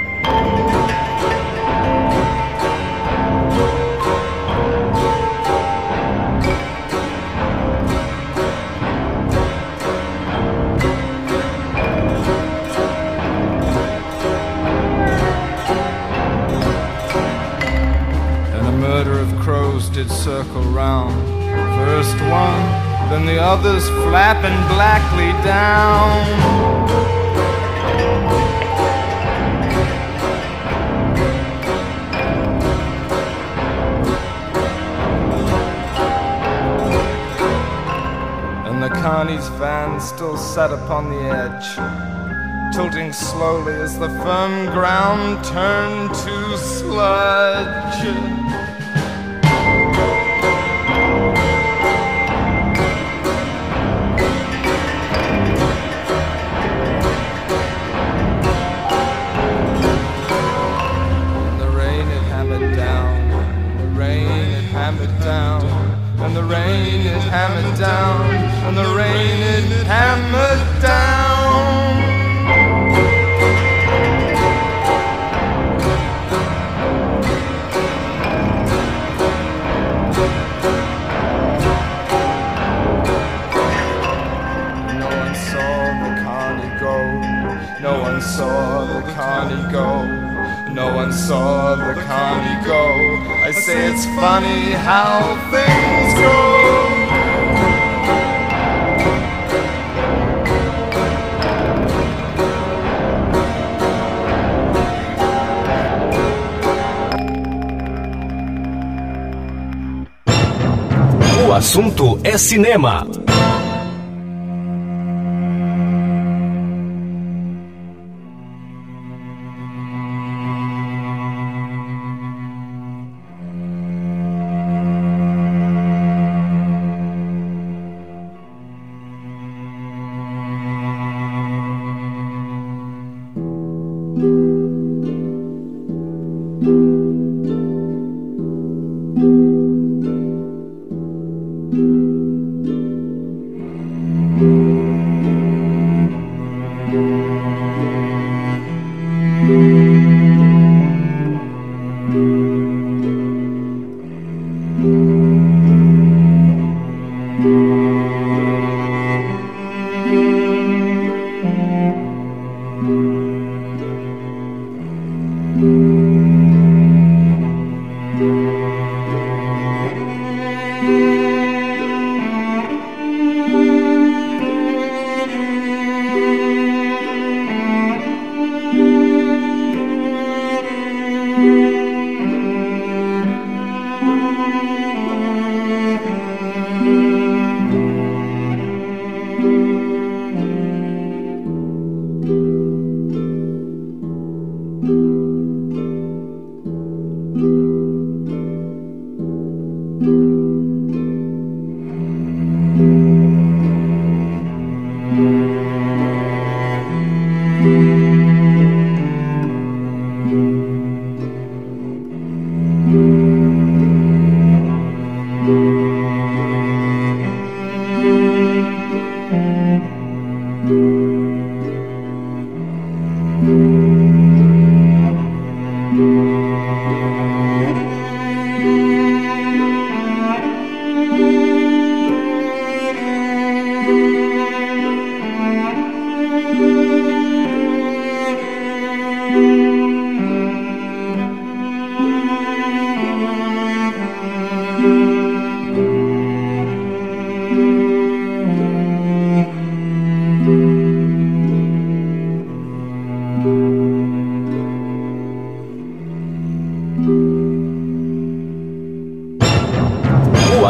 Did circle round, first one, then the others flapping blackly down. And the carney's van still sat upon the edge, tilting slowly as the firm ground turned to sludge. And the rain it hammered down, and the rain it hammered down. No one saw the carney go, no one saw the carney go. No one saw the carney go. I say it's funny how things go. O assunto é cinema.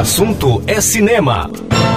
assunto é cinema.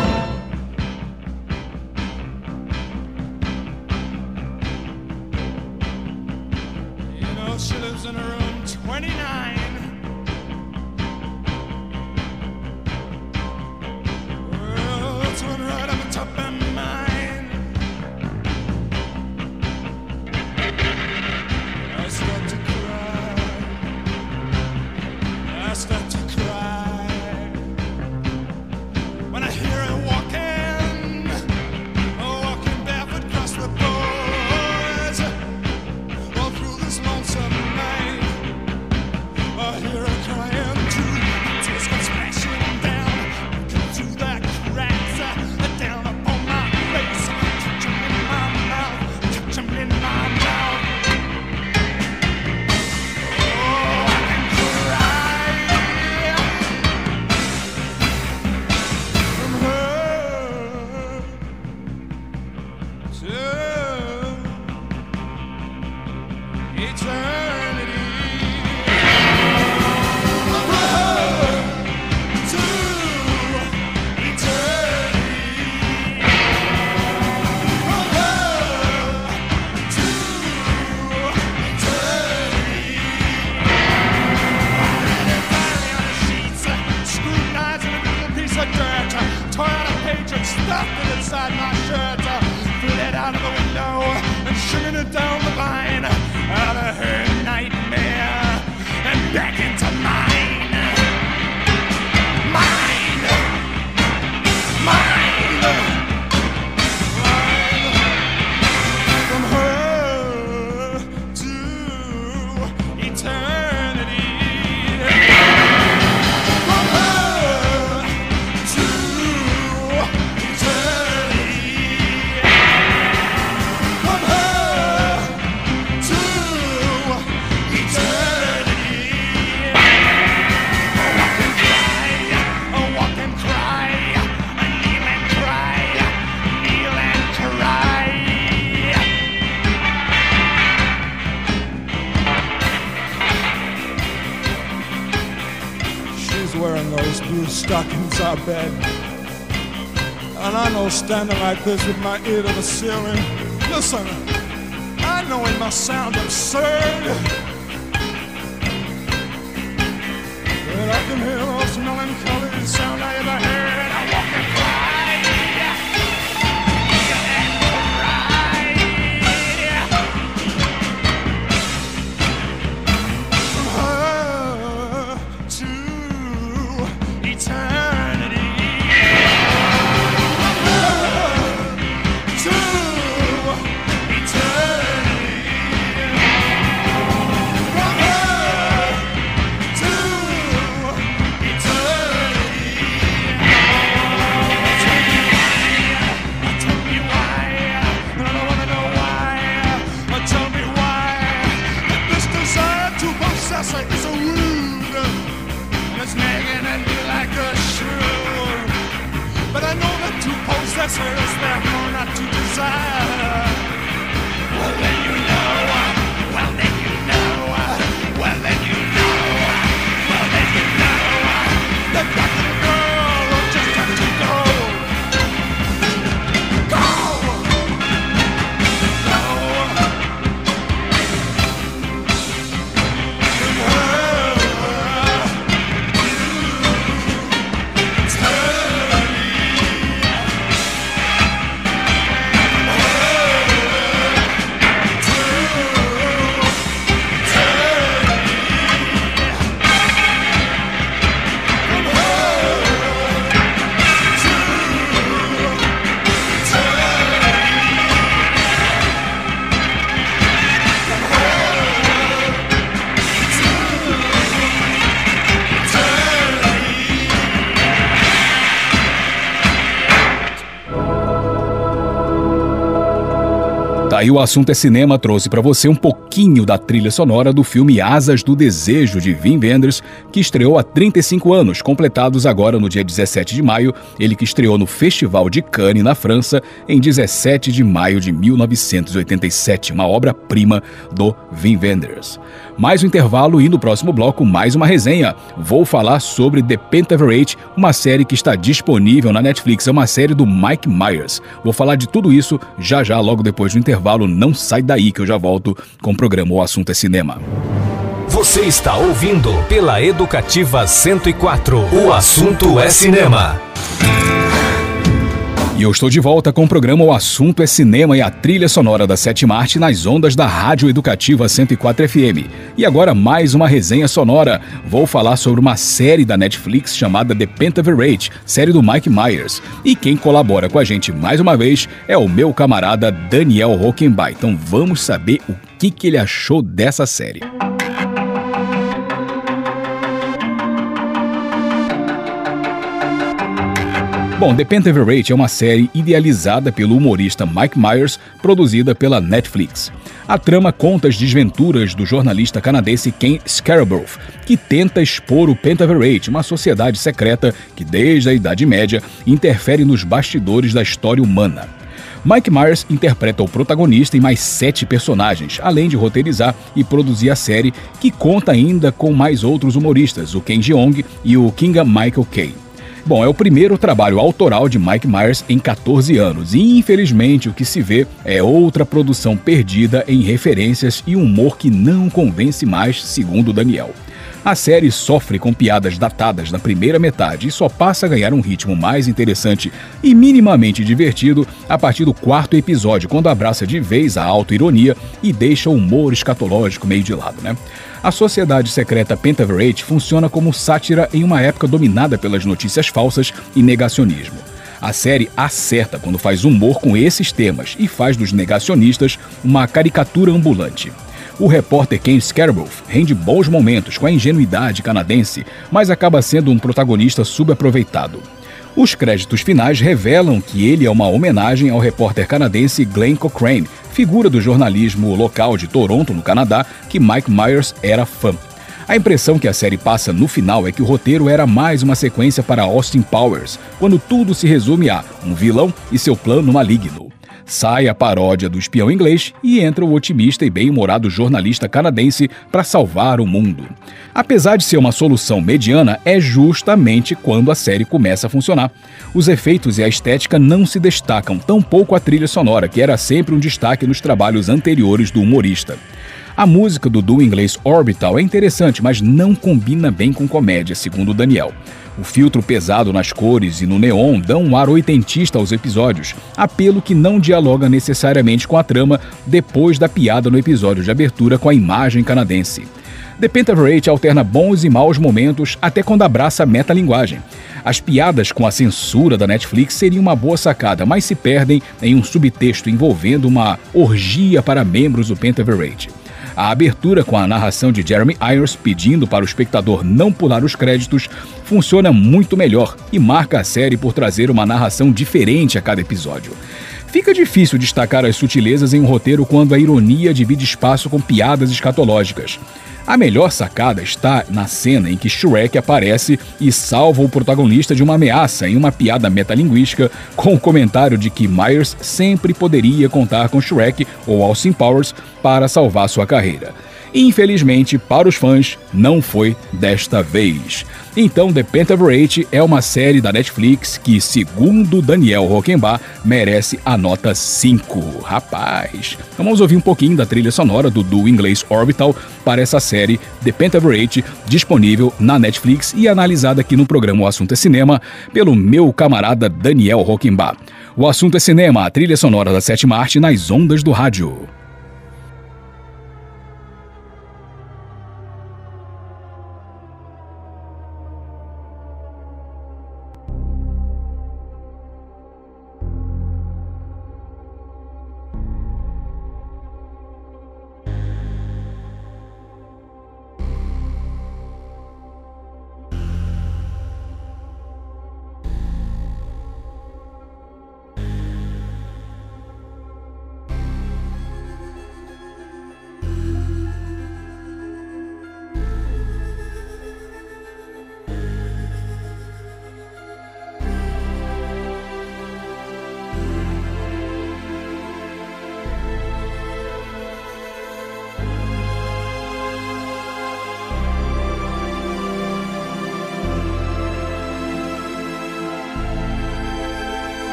Stockings are bad, and I know standing like this with my ear to the ceiling. Listen, I know it must sound absurd, but I can hear the most melancholy sound I ever heard. I walk and cry, from her to eternity. It's a wound that's nagging at me like a shrew. But I know that to possess her is therefore not to desire. Well then you know, well then you know, well then you know, well then you know that that little girl will just have to go. Aí o assunto é cinema trouxe para você um pouquinho da trilha sonora do filme Asas do Desejo, de Wim Wenders, que estreou há 35 anos, completados agora no dia 17 de maio, ele que estreou no Festival de Cannes, na França, em 17 de maio de 1987, uma obra-prima do Wim Wenders. Mais um intervalo e no próximo bloco mais uma resenha. Vou falar sobre The Pentaverate, uma série que está disponível na Netflix. É uma série do Mike Myers. Vou falar de tudo isso já logo depois do intervalo. Não sai daí que eu já volto com o programa O Assunto é Cinema. Você está ouvindo pela Educativa 104. O Assunto é Cinema. E eu estou de volta com o programa O Assunto é Cinema e a trilha sonora da Sétima Arte nas ondas da Rádio Educativa 104 FM. E agora mais uma resenha sonora. Vou falar sobre uma série da Netflix chamada The Pentaverate, série do Mike Myers. E quem colabora com a gente mais uma vez é o meu camarada Daniel Rockenbach. Então vamos saber o que ele achou dessa série. Bom, The Pentaverate é uma série idealizada pelo humorista Mike Myers, produzida pela Netflix. A trama conta as desventuras do jornalista canadense Ken Scarborough, que tenta expor o Pentaverate, uma sociedade secreta que, desde a Idade Média, interfere nos bastidores da história humana. Mike Myers interpreta o protagonista e mais 7 personagens, além de roteirizar e produzir a série, que conta ainda com mais outros humoristas, o Ken Jeong e o Keegan-Michael Key. Bom, é o primeiro trabalho autoral de Mike Myers em 14 anos e, infelizmente, o que se vê é outra produção perdida em referências e humor que não convence mais, segundo Daniel. A série sofre com piadas datadas na primeira metade e só passa a ganhar um ritmo mais interessante e minimamente divertido a partir do 4º episódio, quando abraça de vez a auto-ironia e deixa o humor escatológico meio de lado, né? A sociedade secreta Pentaverate funciona como sátira em uma época dominada pelas notícias falsas e negacionismo. A série acerta quando faz humor com esses temas e faz dos negacionistas uma caricatura ambulante. O repórter Ken Scarborough rende bons momentos com a ingenuidade canadense, mas acaba sendo um protagonista subaproveitado. Os créditos finais revelam que ele é uma homenagem ao repórter canadense Glenn Cochrane, figura do jornalismo local de Toronto, no Canadá, que Mike Myers era fã. A impressão que a série passa no final é que o roteiro era mais uma sequência para Austin Powers, quando tudo se resume a um vilão e seu plano maligno. Sai a paródia do espião inglês e entra o otimista e bem-humorado jornalista canadense para salvar o mundo. Apesar de ser uma solução mediana, é justamente quando a série começa a funcionar. Os efeitos e a estética não se destacam, tampouco a trilha sonora, que era sempre um destaque nos trabalhos anteriores do humorista. A música do duo inglês Orbital é interessante, mas não combina bem com comédia, segundo Daniel. O filtro pesado nas cores e no neon dão um ar oitentista aos episódios, apelo que não dialoga necessariamente com a trama depois da piada no episódio de abertura com a imagem canadense. The Pentaverate alterna bons e maus momentos até quando abraça a metalinguagem. As piadas com a censura da Netflix seriam uma boa sacada, mas se perdem em um subtexto envolvendo uma orgia para membros do Pentaverate. A abertura com a narração de Jeremy Irons pedindo para o espectador não pular os créditos funciona muito melhor e marca a série por trazer uma narração diferente a cada episódio. Fica difícil destacar as sutilezas em um roteiro quando a ironia divide espaço com piadas escatológicas. A melhor sacada está na cena em que Shrek aparece e salva o protagonista de uma ameaça em uma piada metalinguística com o comentário de que Myers sempre poderia contar com Shrek ou Austin Powers para salvar sua carreira. Infelizmente, para os fãs, não foi desta vez. Então, The Pentaverate é uma série da Netflix que, segundo Daniel Rockenbach, merece a nota 5. Rapaz! Então vamos ouvir um pouquinho da trilha sonora do duo inglês Orbital para essa série The Pentaverate, disponível na Netflix e analisada aqui no programa O Assunto é Cinema pelo meu camarada Daniel Rockenbach. O Assunto é Cinema, a trilha sonora da Sétima Arte nas ondas do rádio.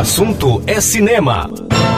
assunto é cinema.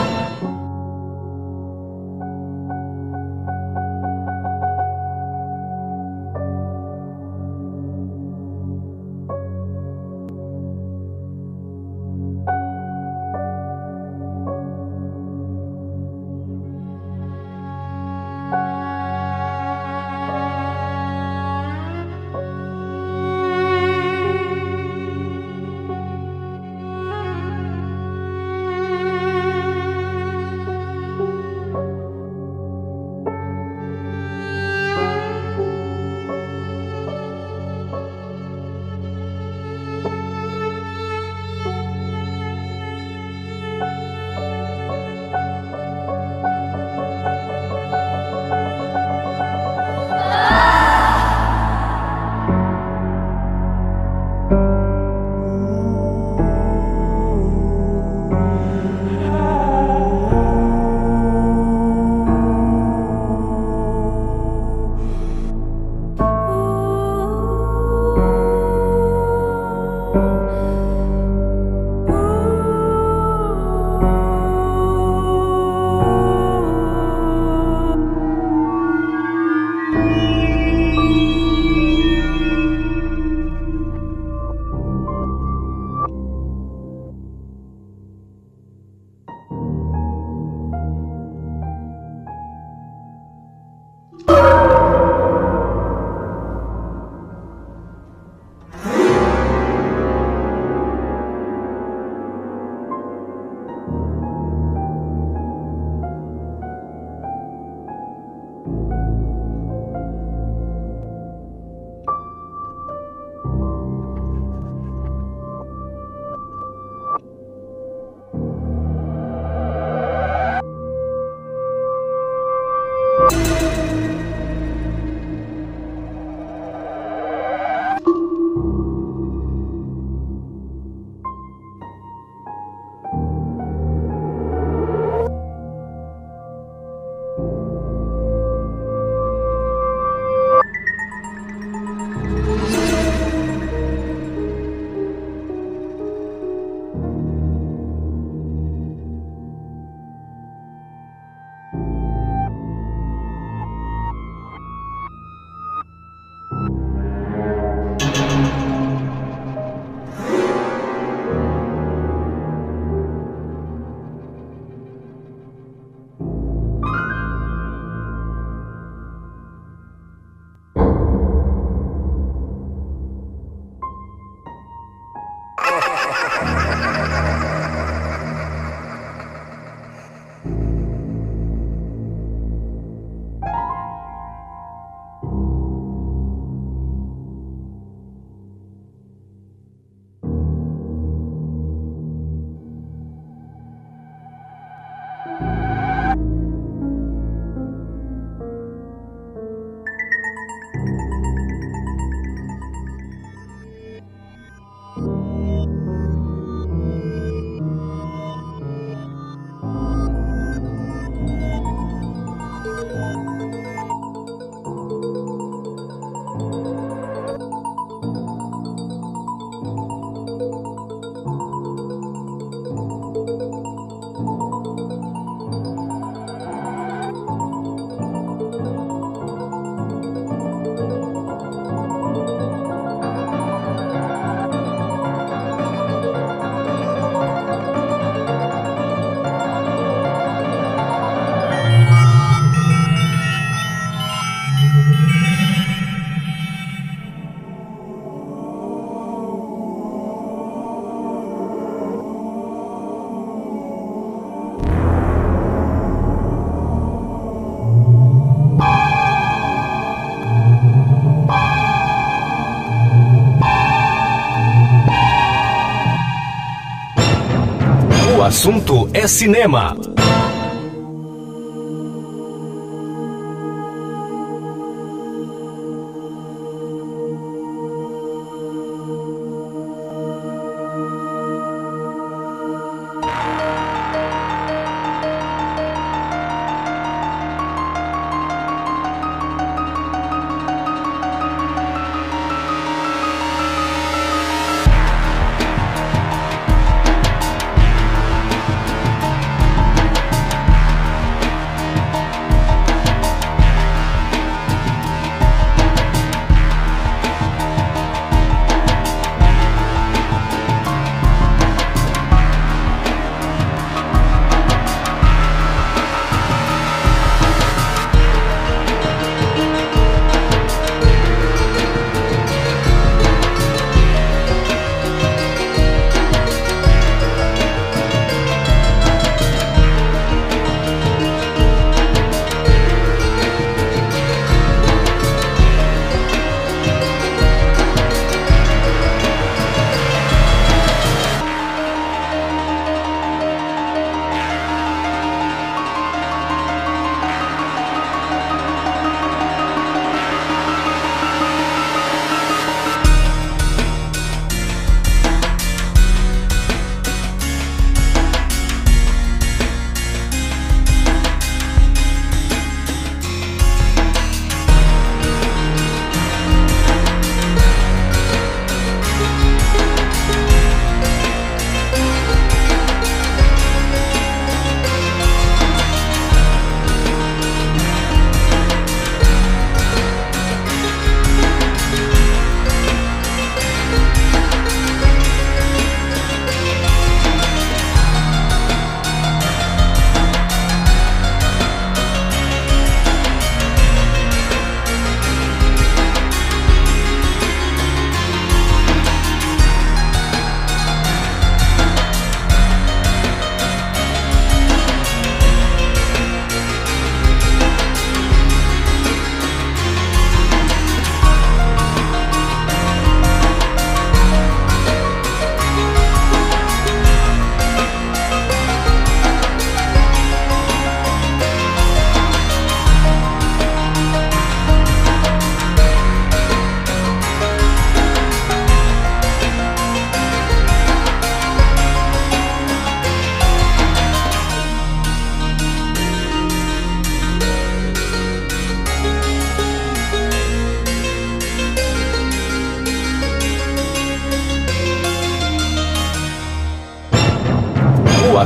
O assunto é cinema.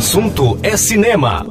assunto é cinema.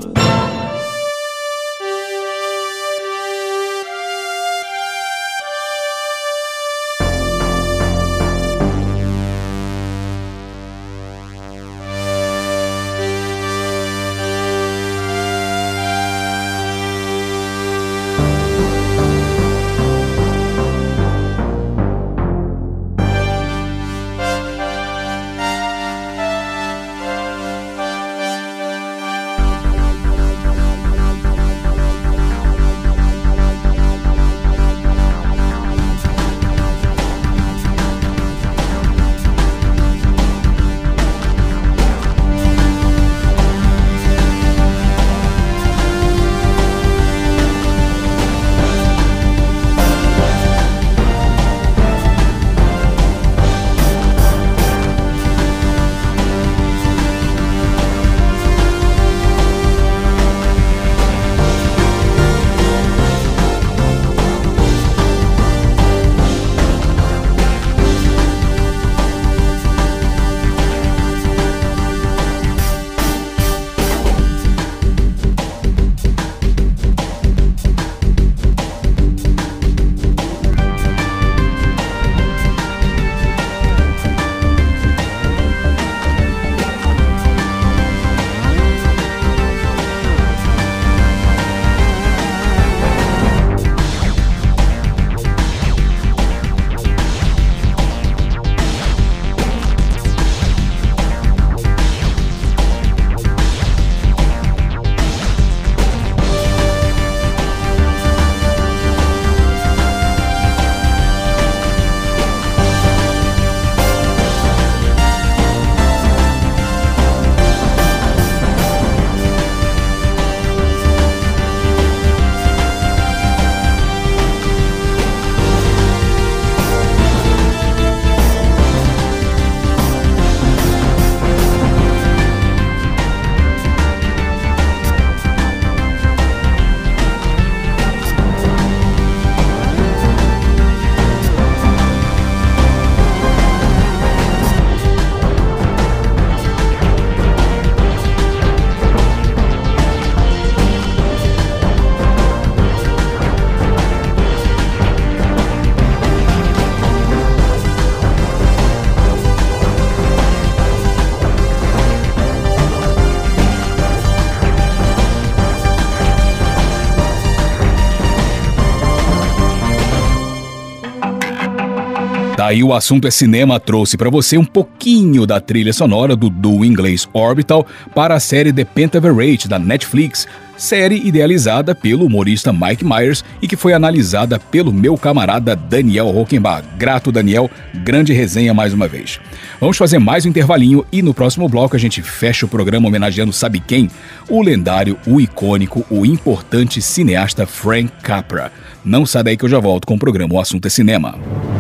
Daí o assunto é cinema trouxe para você um pouquinho da trilha sonora do duo inglês Orbital para a série The Pentaverate da Netflix, série idealizada pelo humorista Mike Myers e que foi analisada pelo meu camarada Daniel Rockenbach. Grato, Daniel, grande resenha mais uma vez. Vamos fazer mais um intervalinho e no próximo bloco a gente fecha o programa homenageando sabe quem? O lendário, o icônico, o importante cineasta Frank Capra. Não sai daí que eu já volto com o programa O Assunto é Cinema.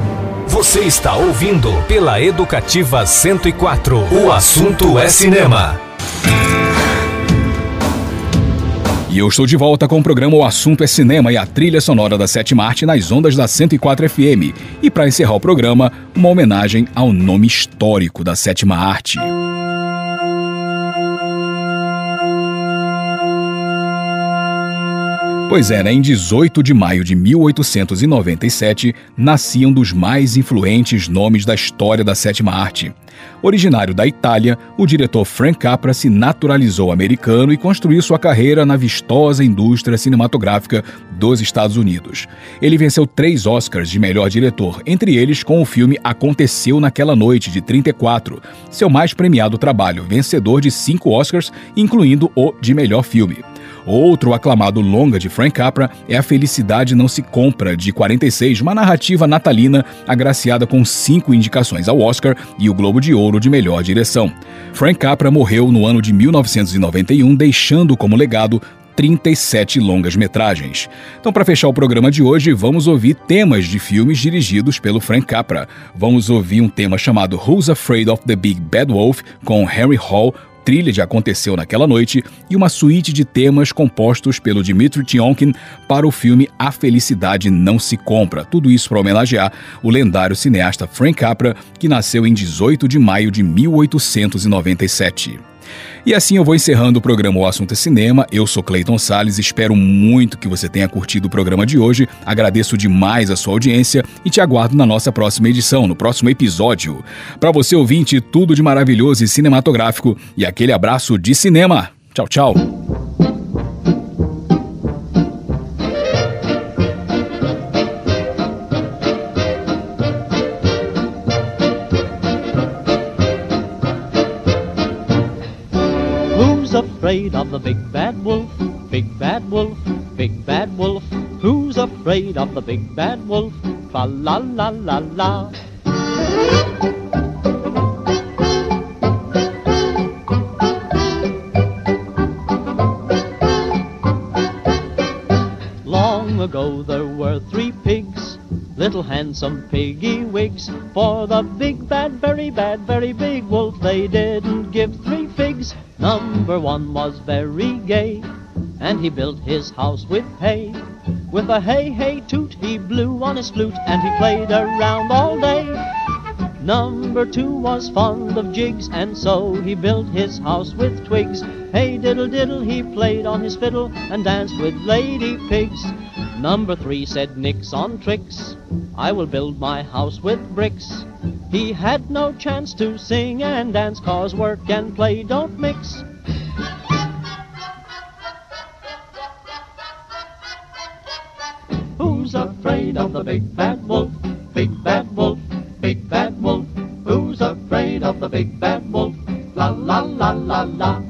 Você está ouvindo pela Educativa 104. O assunto é cinema. E eu estou de volta com o programa O Assunto é Cinema e a trilha sonora da Sétima Arte nas ondas da 104 FM. E para encerrar o programa, uma homenagem ao nome histórico da Sétima Arte. Pois é, em 18 de maio de 1897, nascia um dos mais influentes nomes da história da Sétima Arte. Originário da Itália, o diretor Frank Capra se naturalizou americano e construiu sua carreira na vistosa indústria cinematográfica dos Estados Unidos. Ele venceu 3 Oscars de melhor diretor, entre eles com o filme Aconteceu Naquela Noite, de 34, seu mais premiado trabalho, vencedor de 5 Oscars, incluindo o de melhor filme. Outro aclamado longa de Frank Capra é A Felicidade Não Se Compra, de 46, uma narrativa natalina agraciada com 5 indicações ao Oscar e o Globo de Ouro de melhor direção. Frank Capra morreu no ano de 1991, deixando como legado 37 longas-metragens. Então, para fechar o programa de hoje, vamos ouvir temas de filmes dirigidos pelo Frank Capra. Vamos ouvir um tema chamado Who's Afraid of the Big Bad Wolf, com Henry Hall, trilha de Aconteceu Naquela Noite, e uma suíte de temas compostos pelo Dmitri Tiomkin para o filme A Felicidade Não Se Compra. Tudo isso para homenagear o lendário cineasta Frank Capra, que nasceu em 18 de maio de 1897. E assim eu vou encerrando o programa O Assunto é Cinema. Eu sou Cleiton Salles, espero muito que você tenha curtido o programa de hoje. Agradeço demais a sua audiência e te aguardo na nossa próxima edição, no próximo episódio. Para você ouvinte, tudo de maravilhoso e cinematográfico e aquele abraço de cinema. Tchau, tchau. Afraid of the big bad wolf, big bad wolf, big bad wolf. Who's afraid of the big bad wolf? Fa la la la la. Long ago there were 3 pigs, little handsome piggy wigs. For the big bad, very big wolf, they didn't give 3 figs. Number 1 was very gay, and he built his house with hay. With a hey hey toot he blew on his flute, and he played around all day. Number 2 was fond of jigs, and so he built his house with twigs. Hey diddle diddle he played on his fiddle, and danced with lady pigs. Number 3 said nix on tricks, I will build my house with bricks. He had no chance to sing and dance, 'cause work and play don't mix. Who's afraid of the big bad wolf? Big bad wolf, big bad wolf. Who's afraid of the big bad wolf? La la la la la.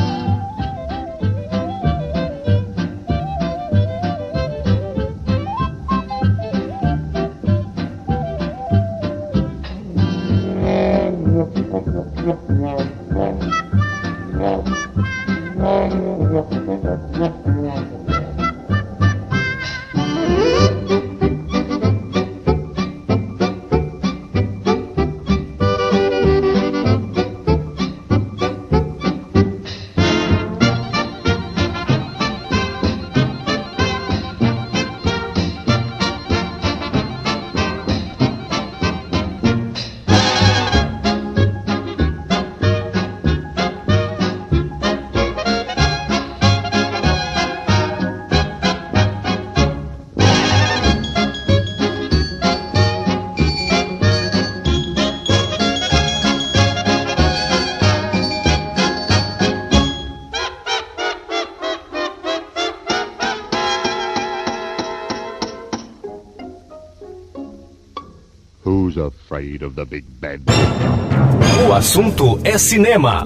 Who's afraid of the big bad? O assunto é cinema.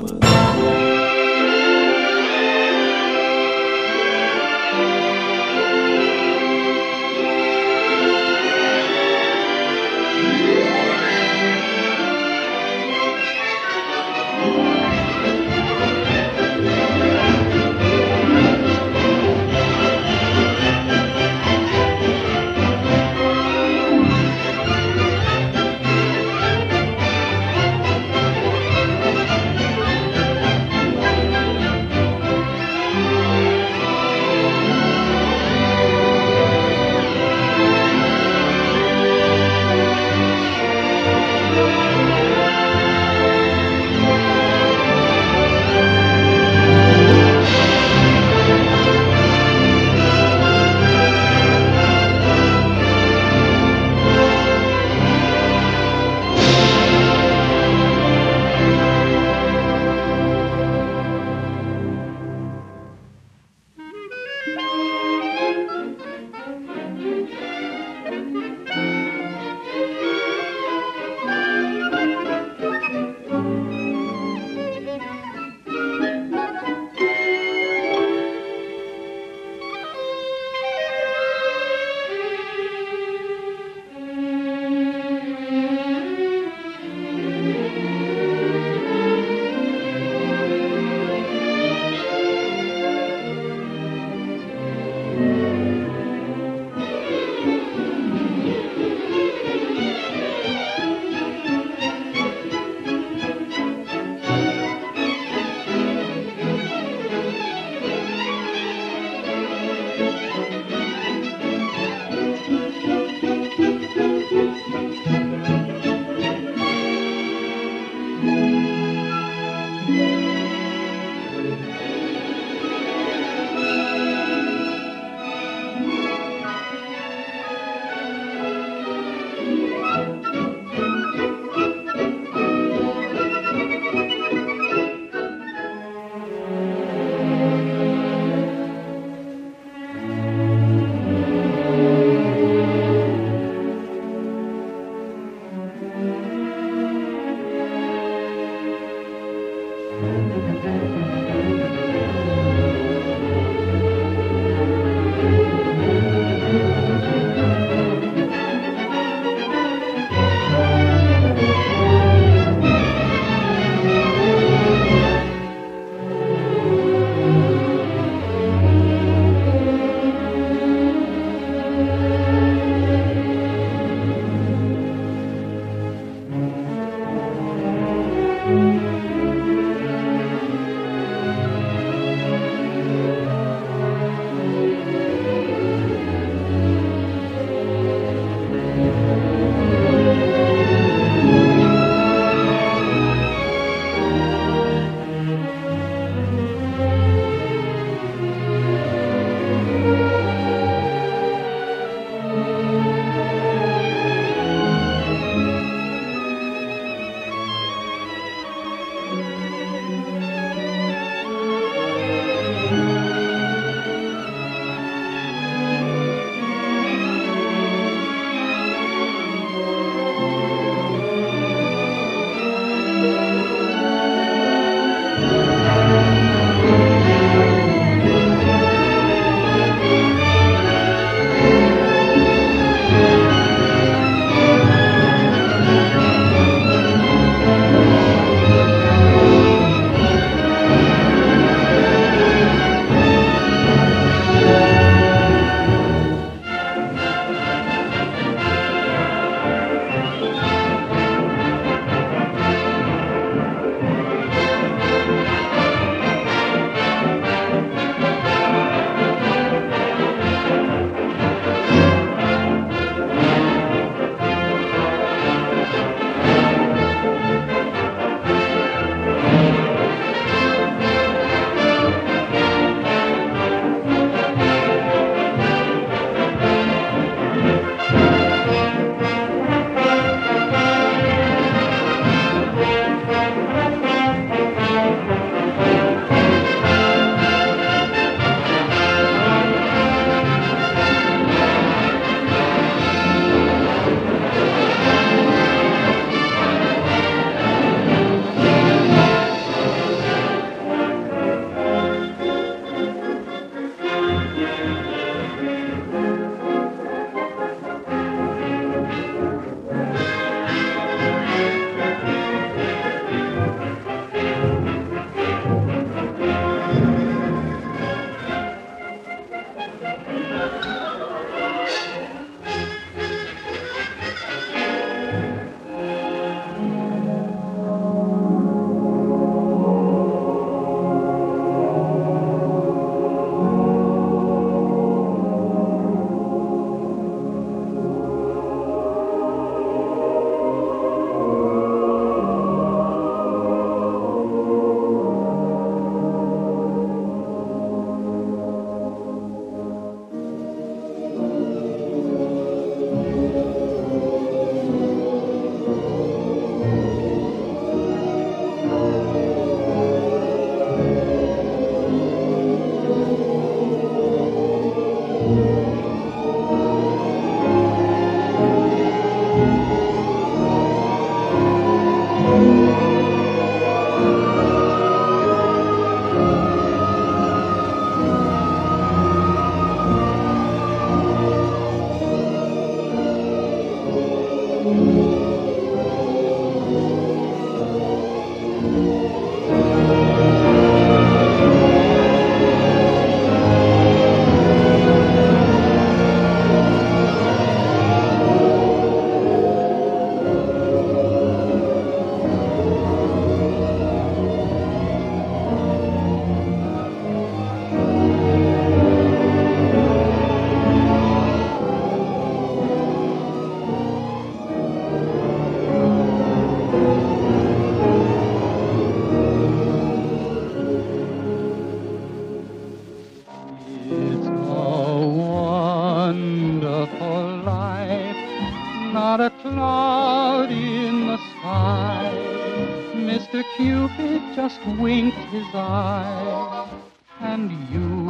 Cupid just winked his eye, and you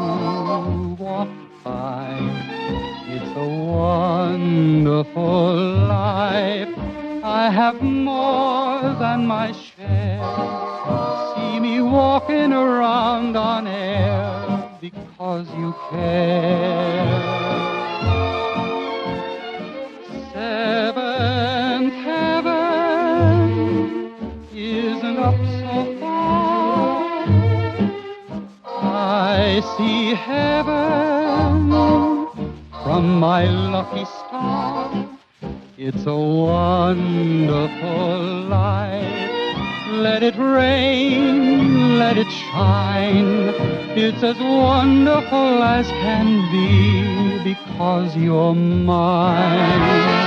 walked by. It's a wonderful life. I have more than my share. See me walking around on air because you care. Seventh heaven isn't up so far. I see heaven from my lucky star. It's a wonderful life. Let it rain, let it shine. It's as wonderful as can be because you're mine.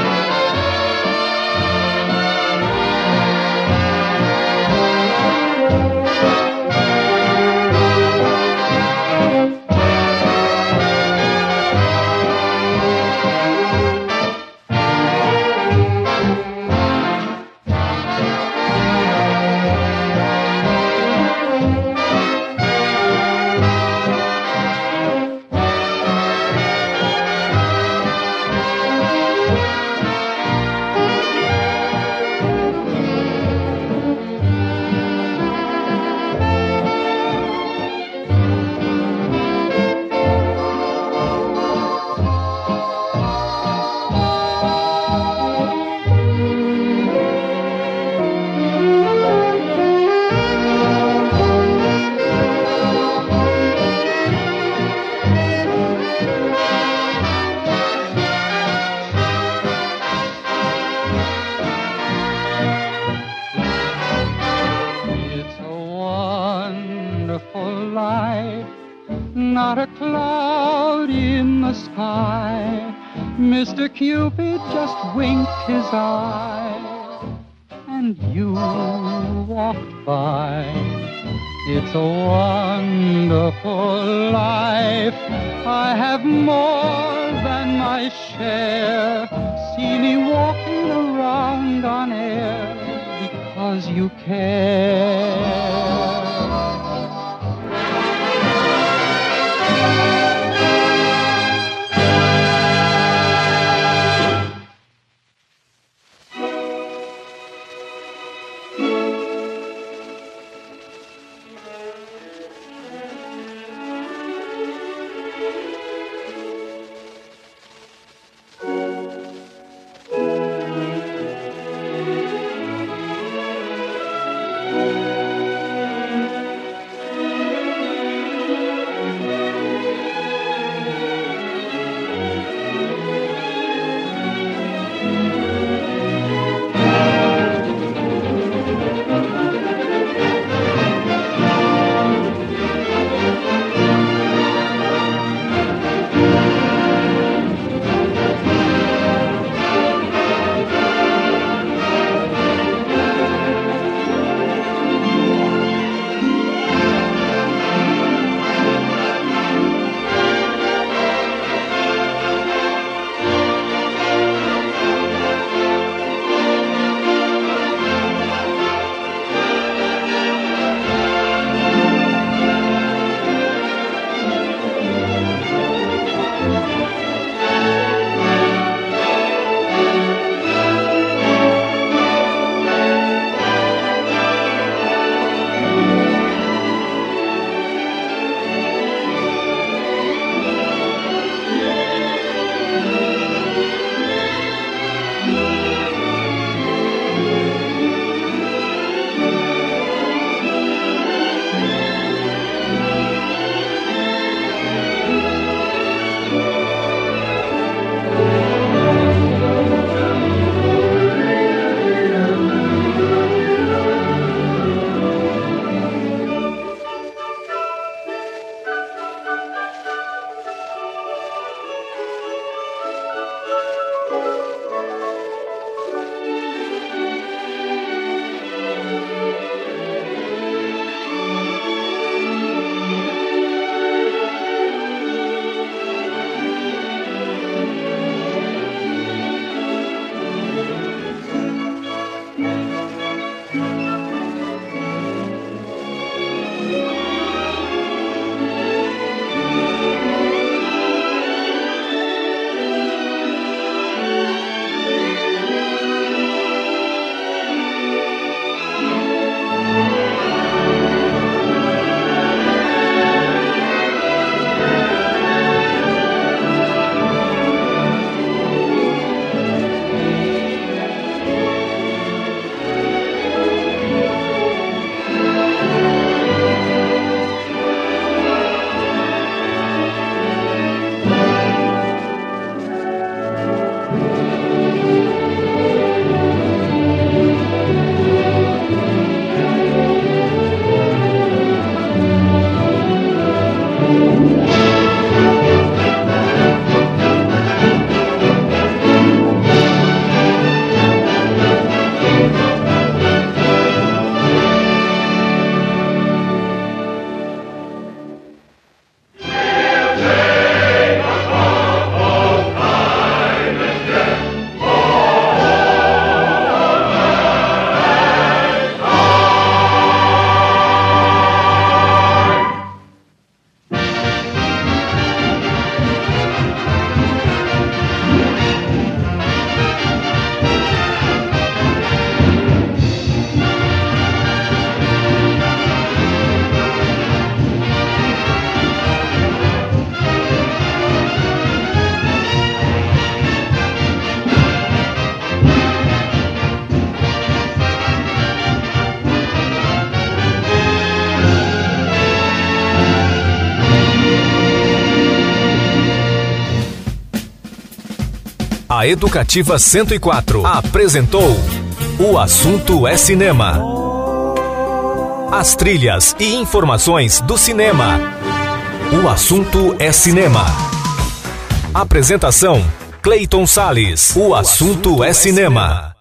Not a cloud in the sky. Mr. Cupid just winked his eye, and you walked by. It's a wonderful life. I have more than my share. See me walking around on air because you care. A Educativa 104 apresentou O Assunto é Cinema. As trilhas e informações do cinema. O Assunto é Cinema. Apresentação: Cleiton Salles. O Assunto é Cinema.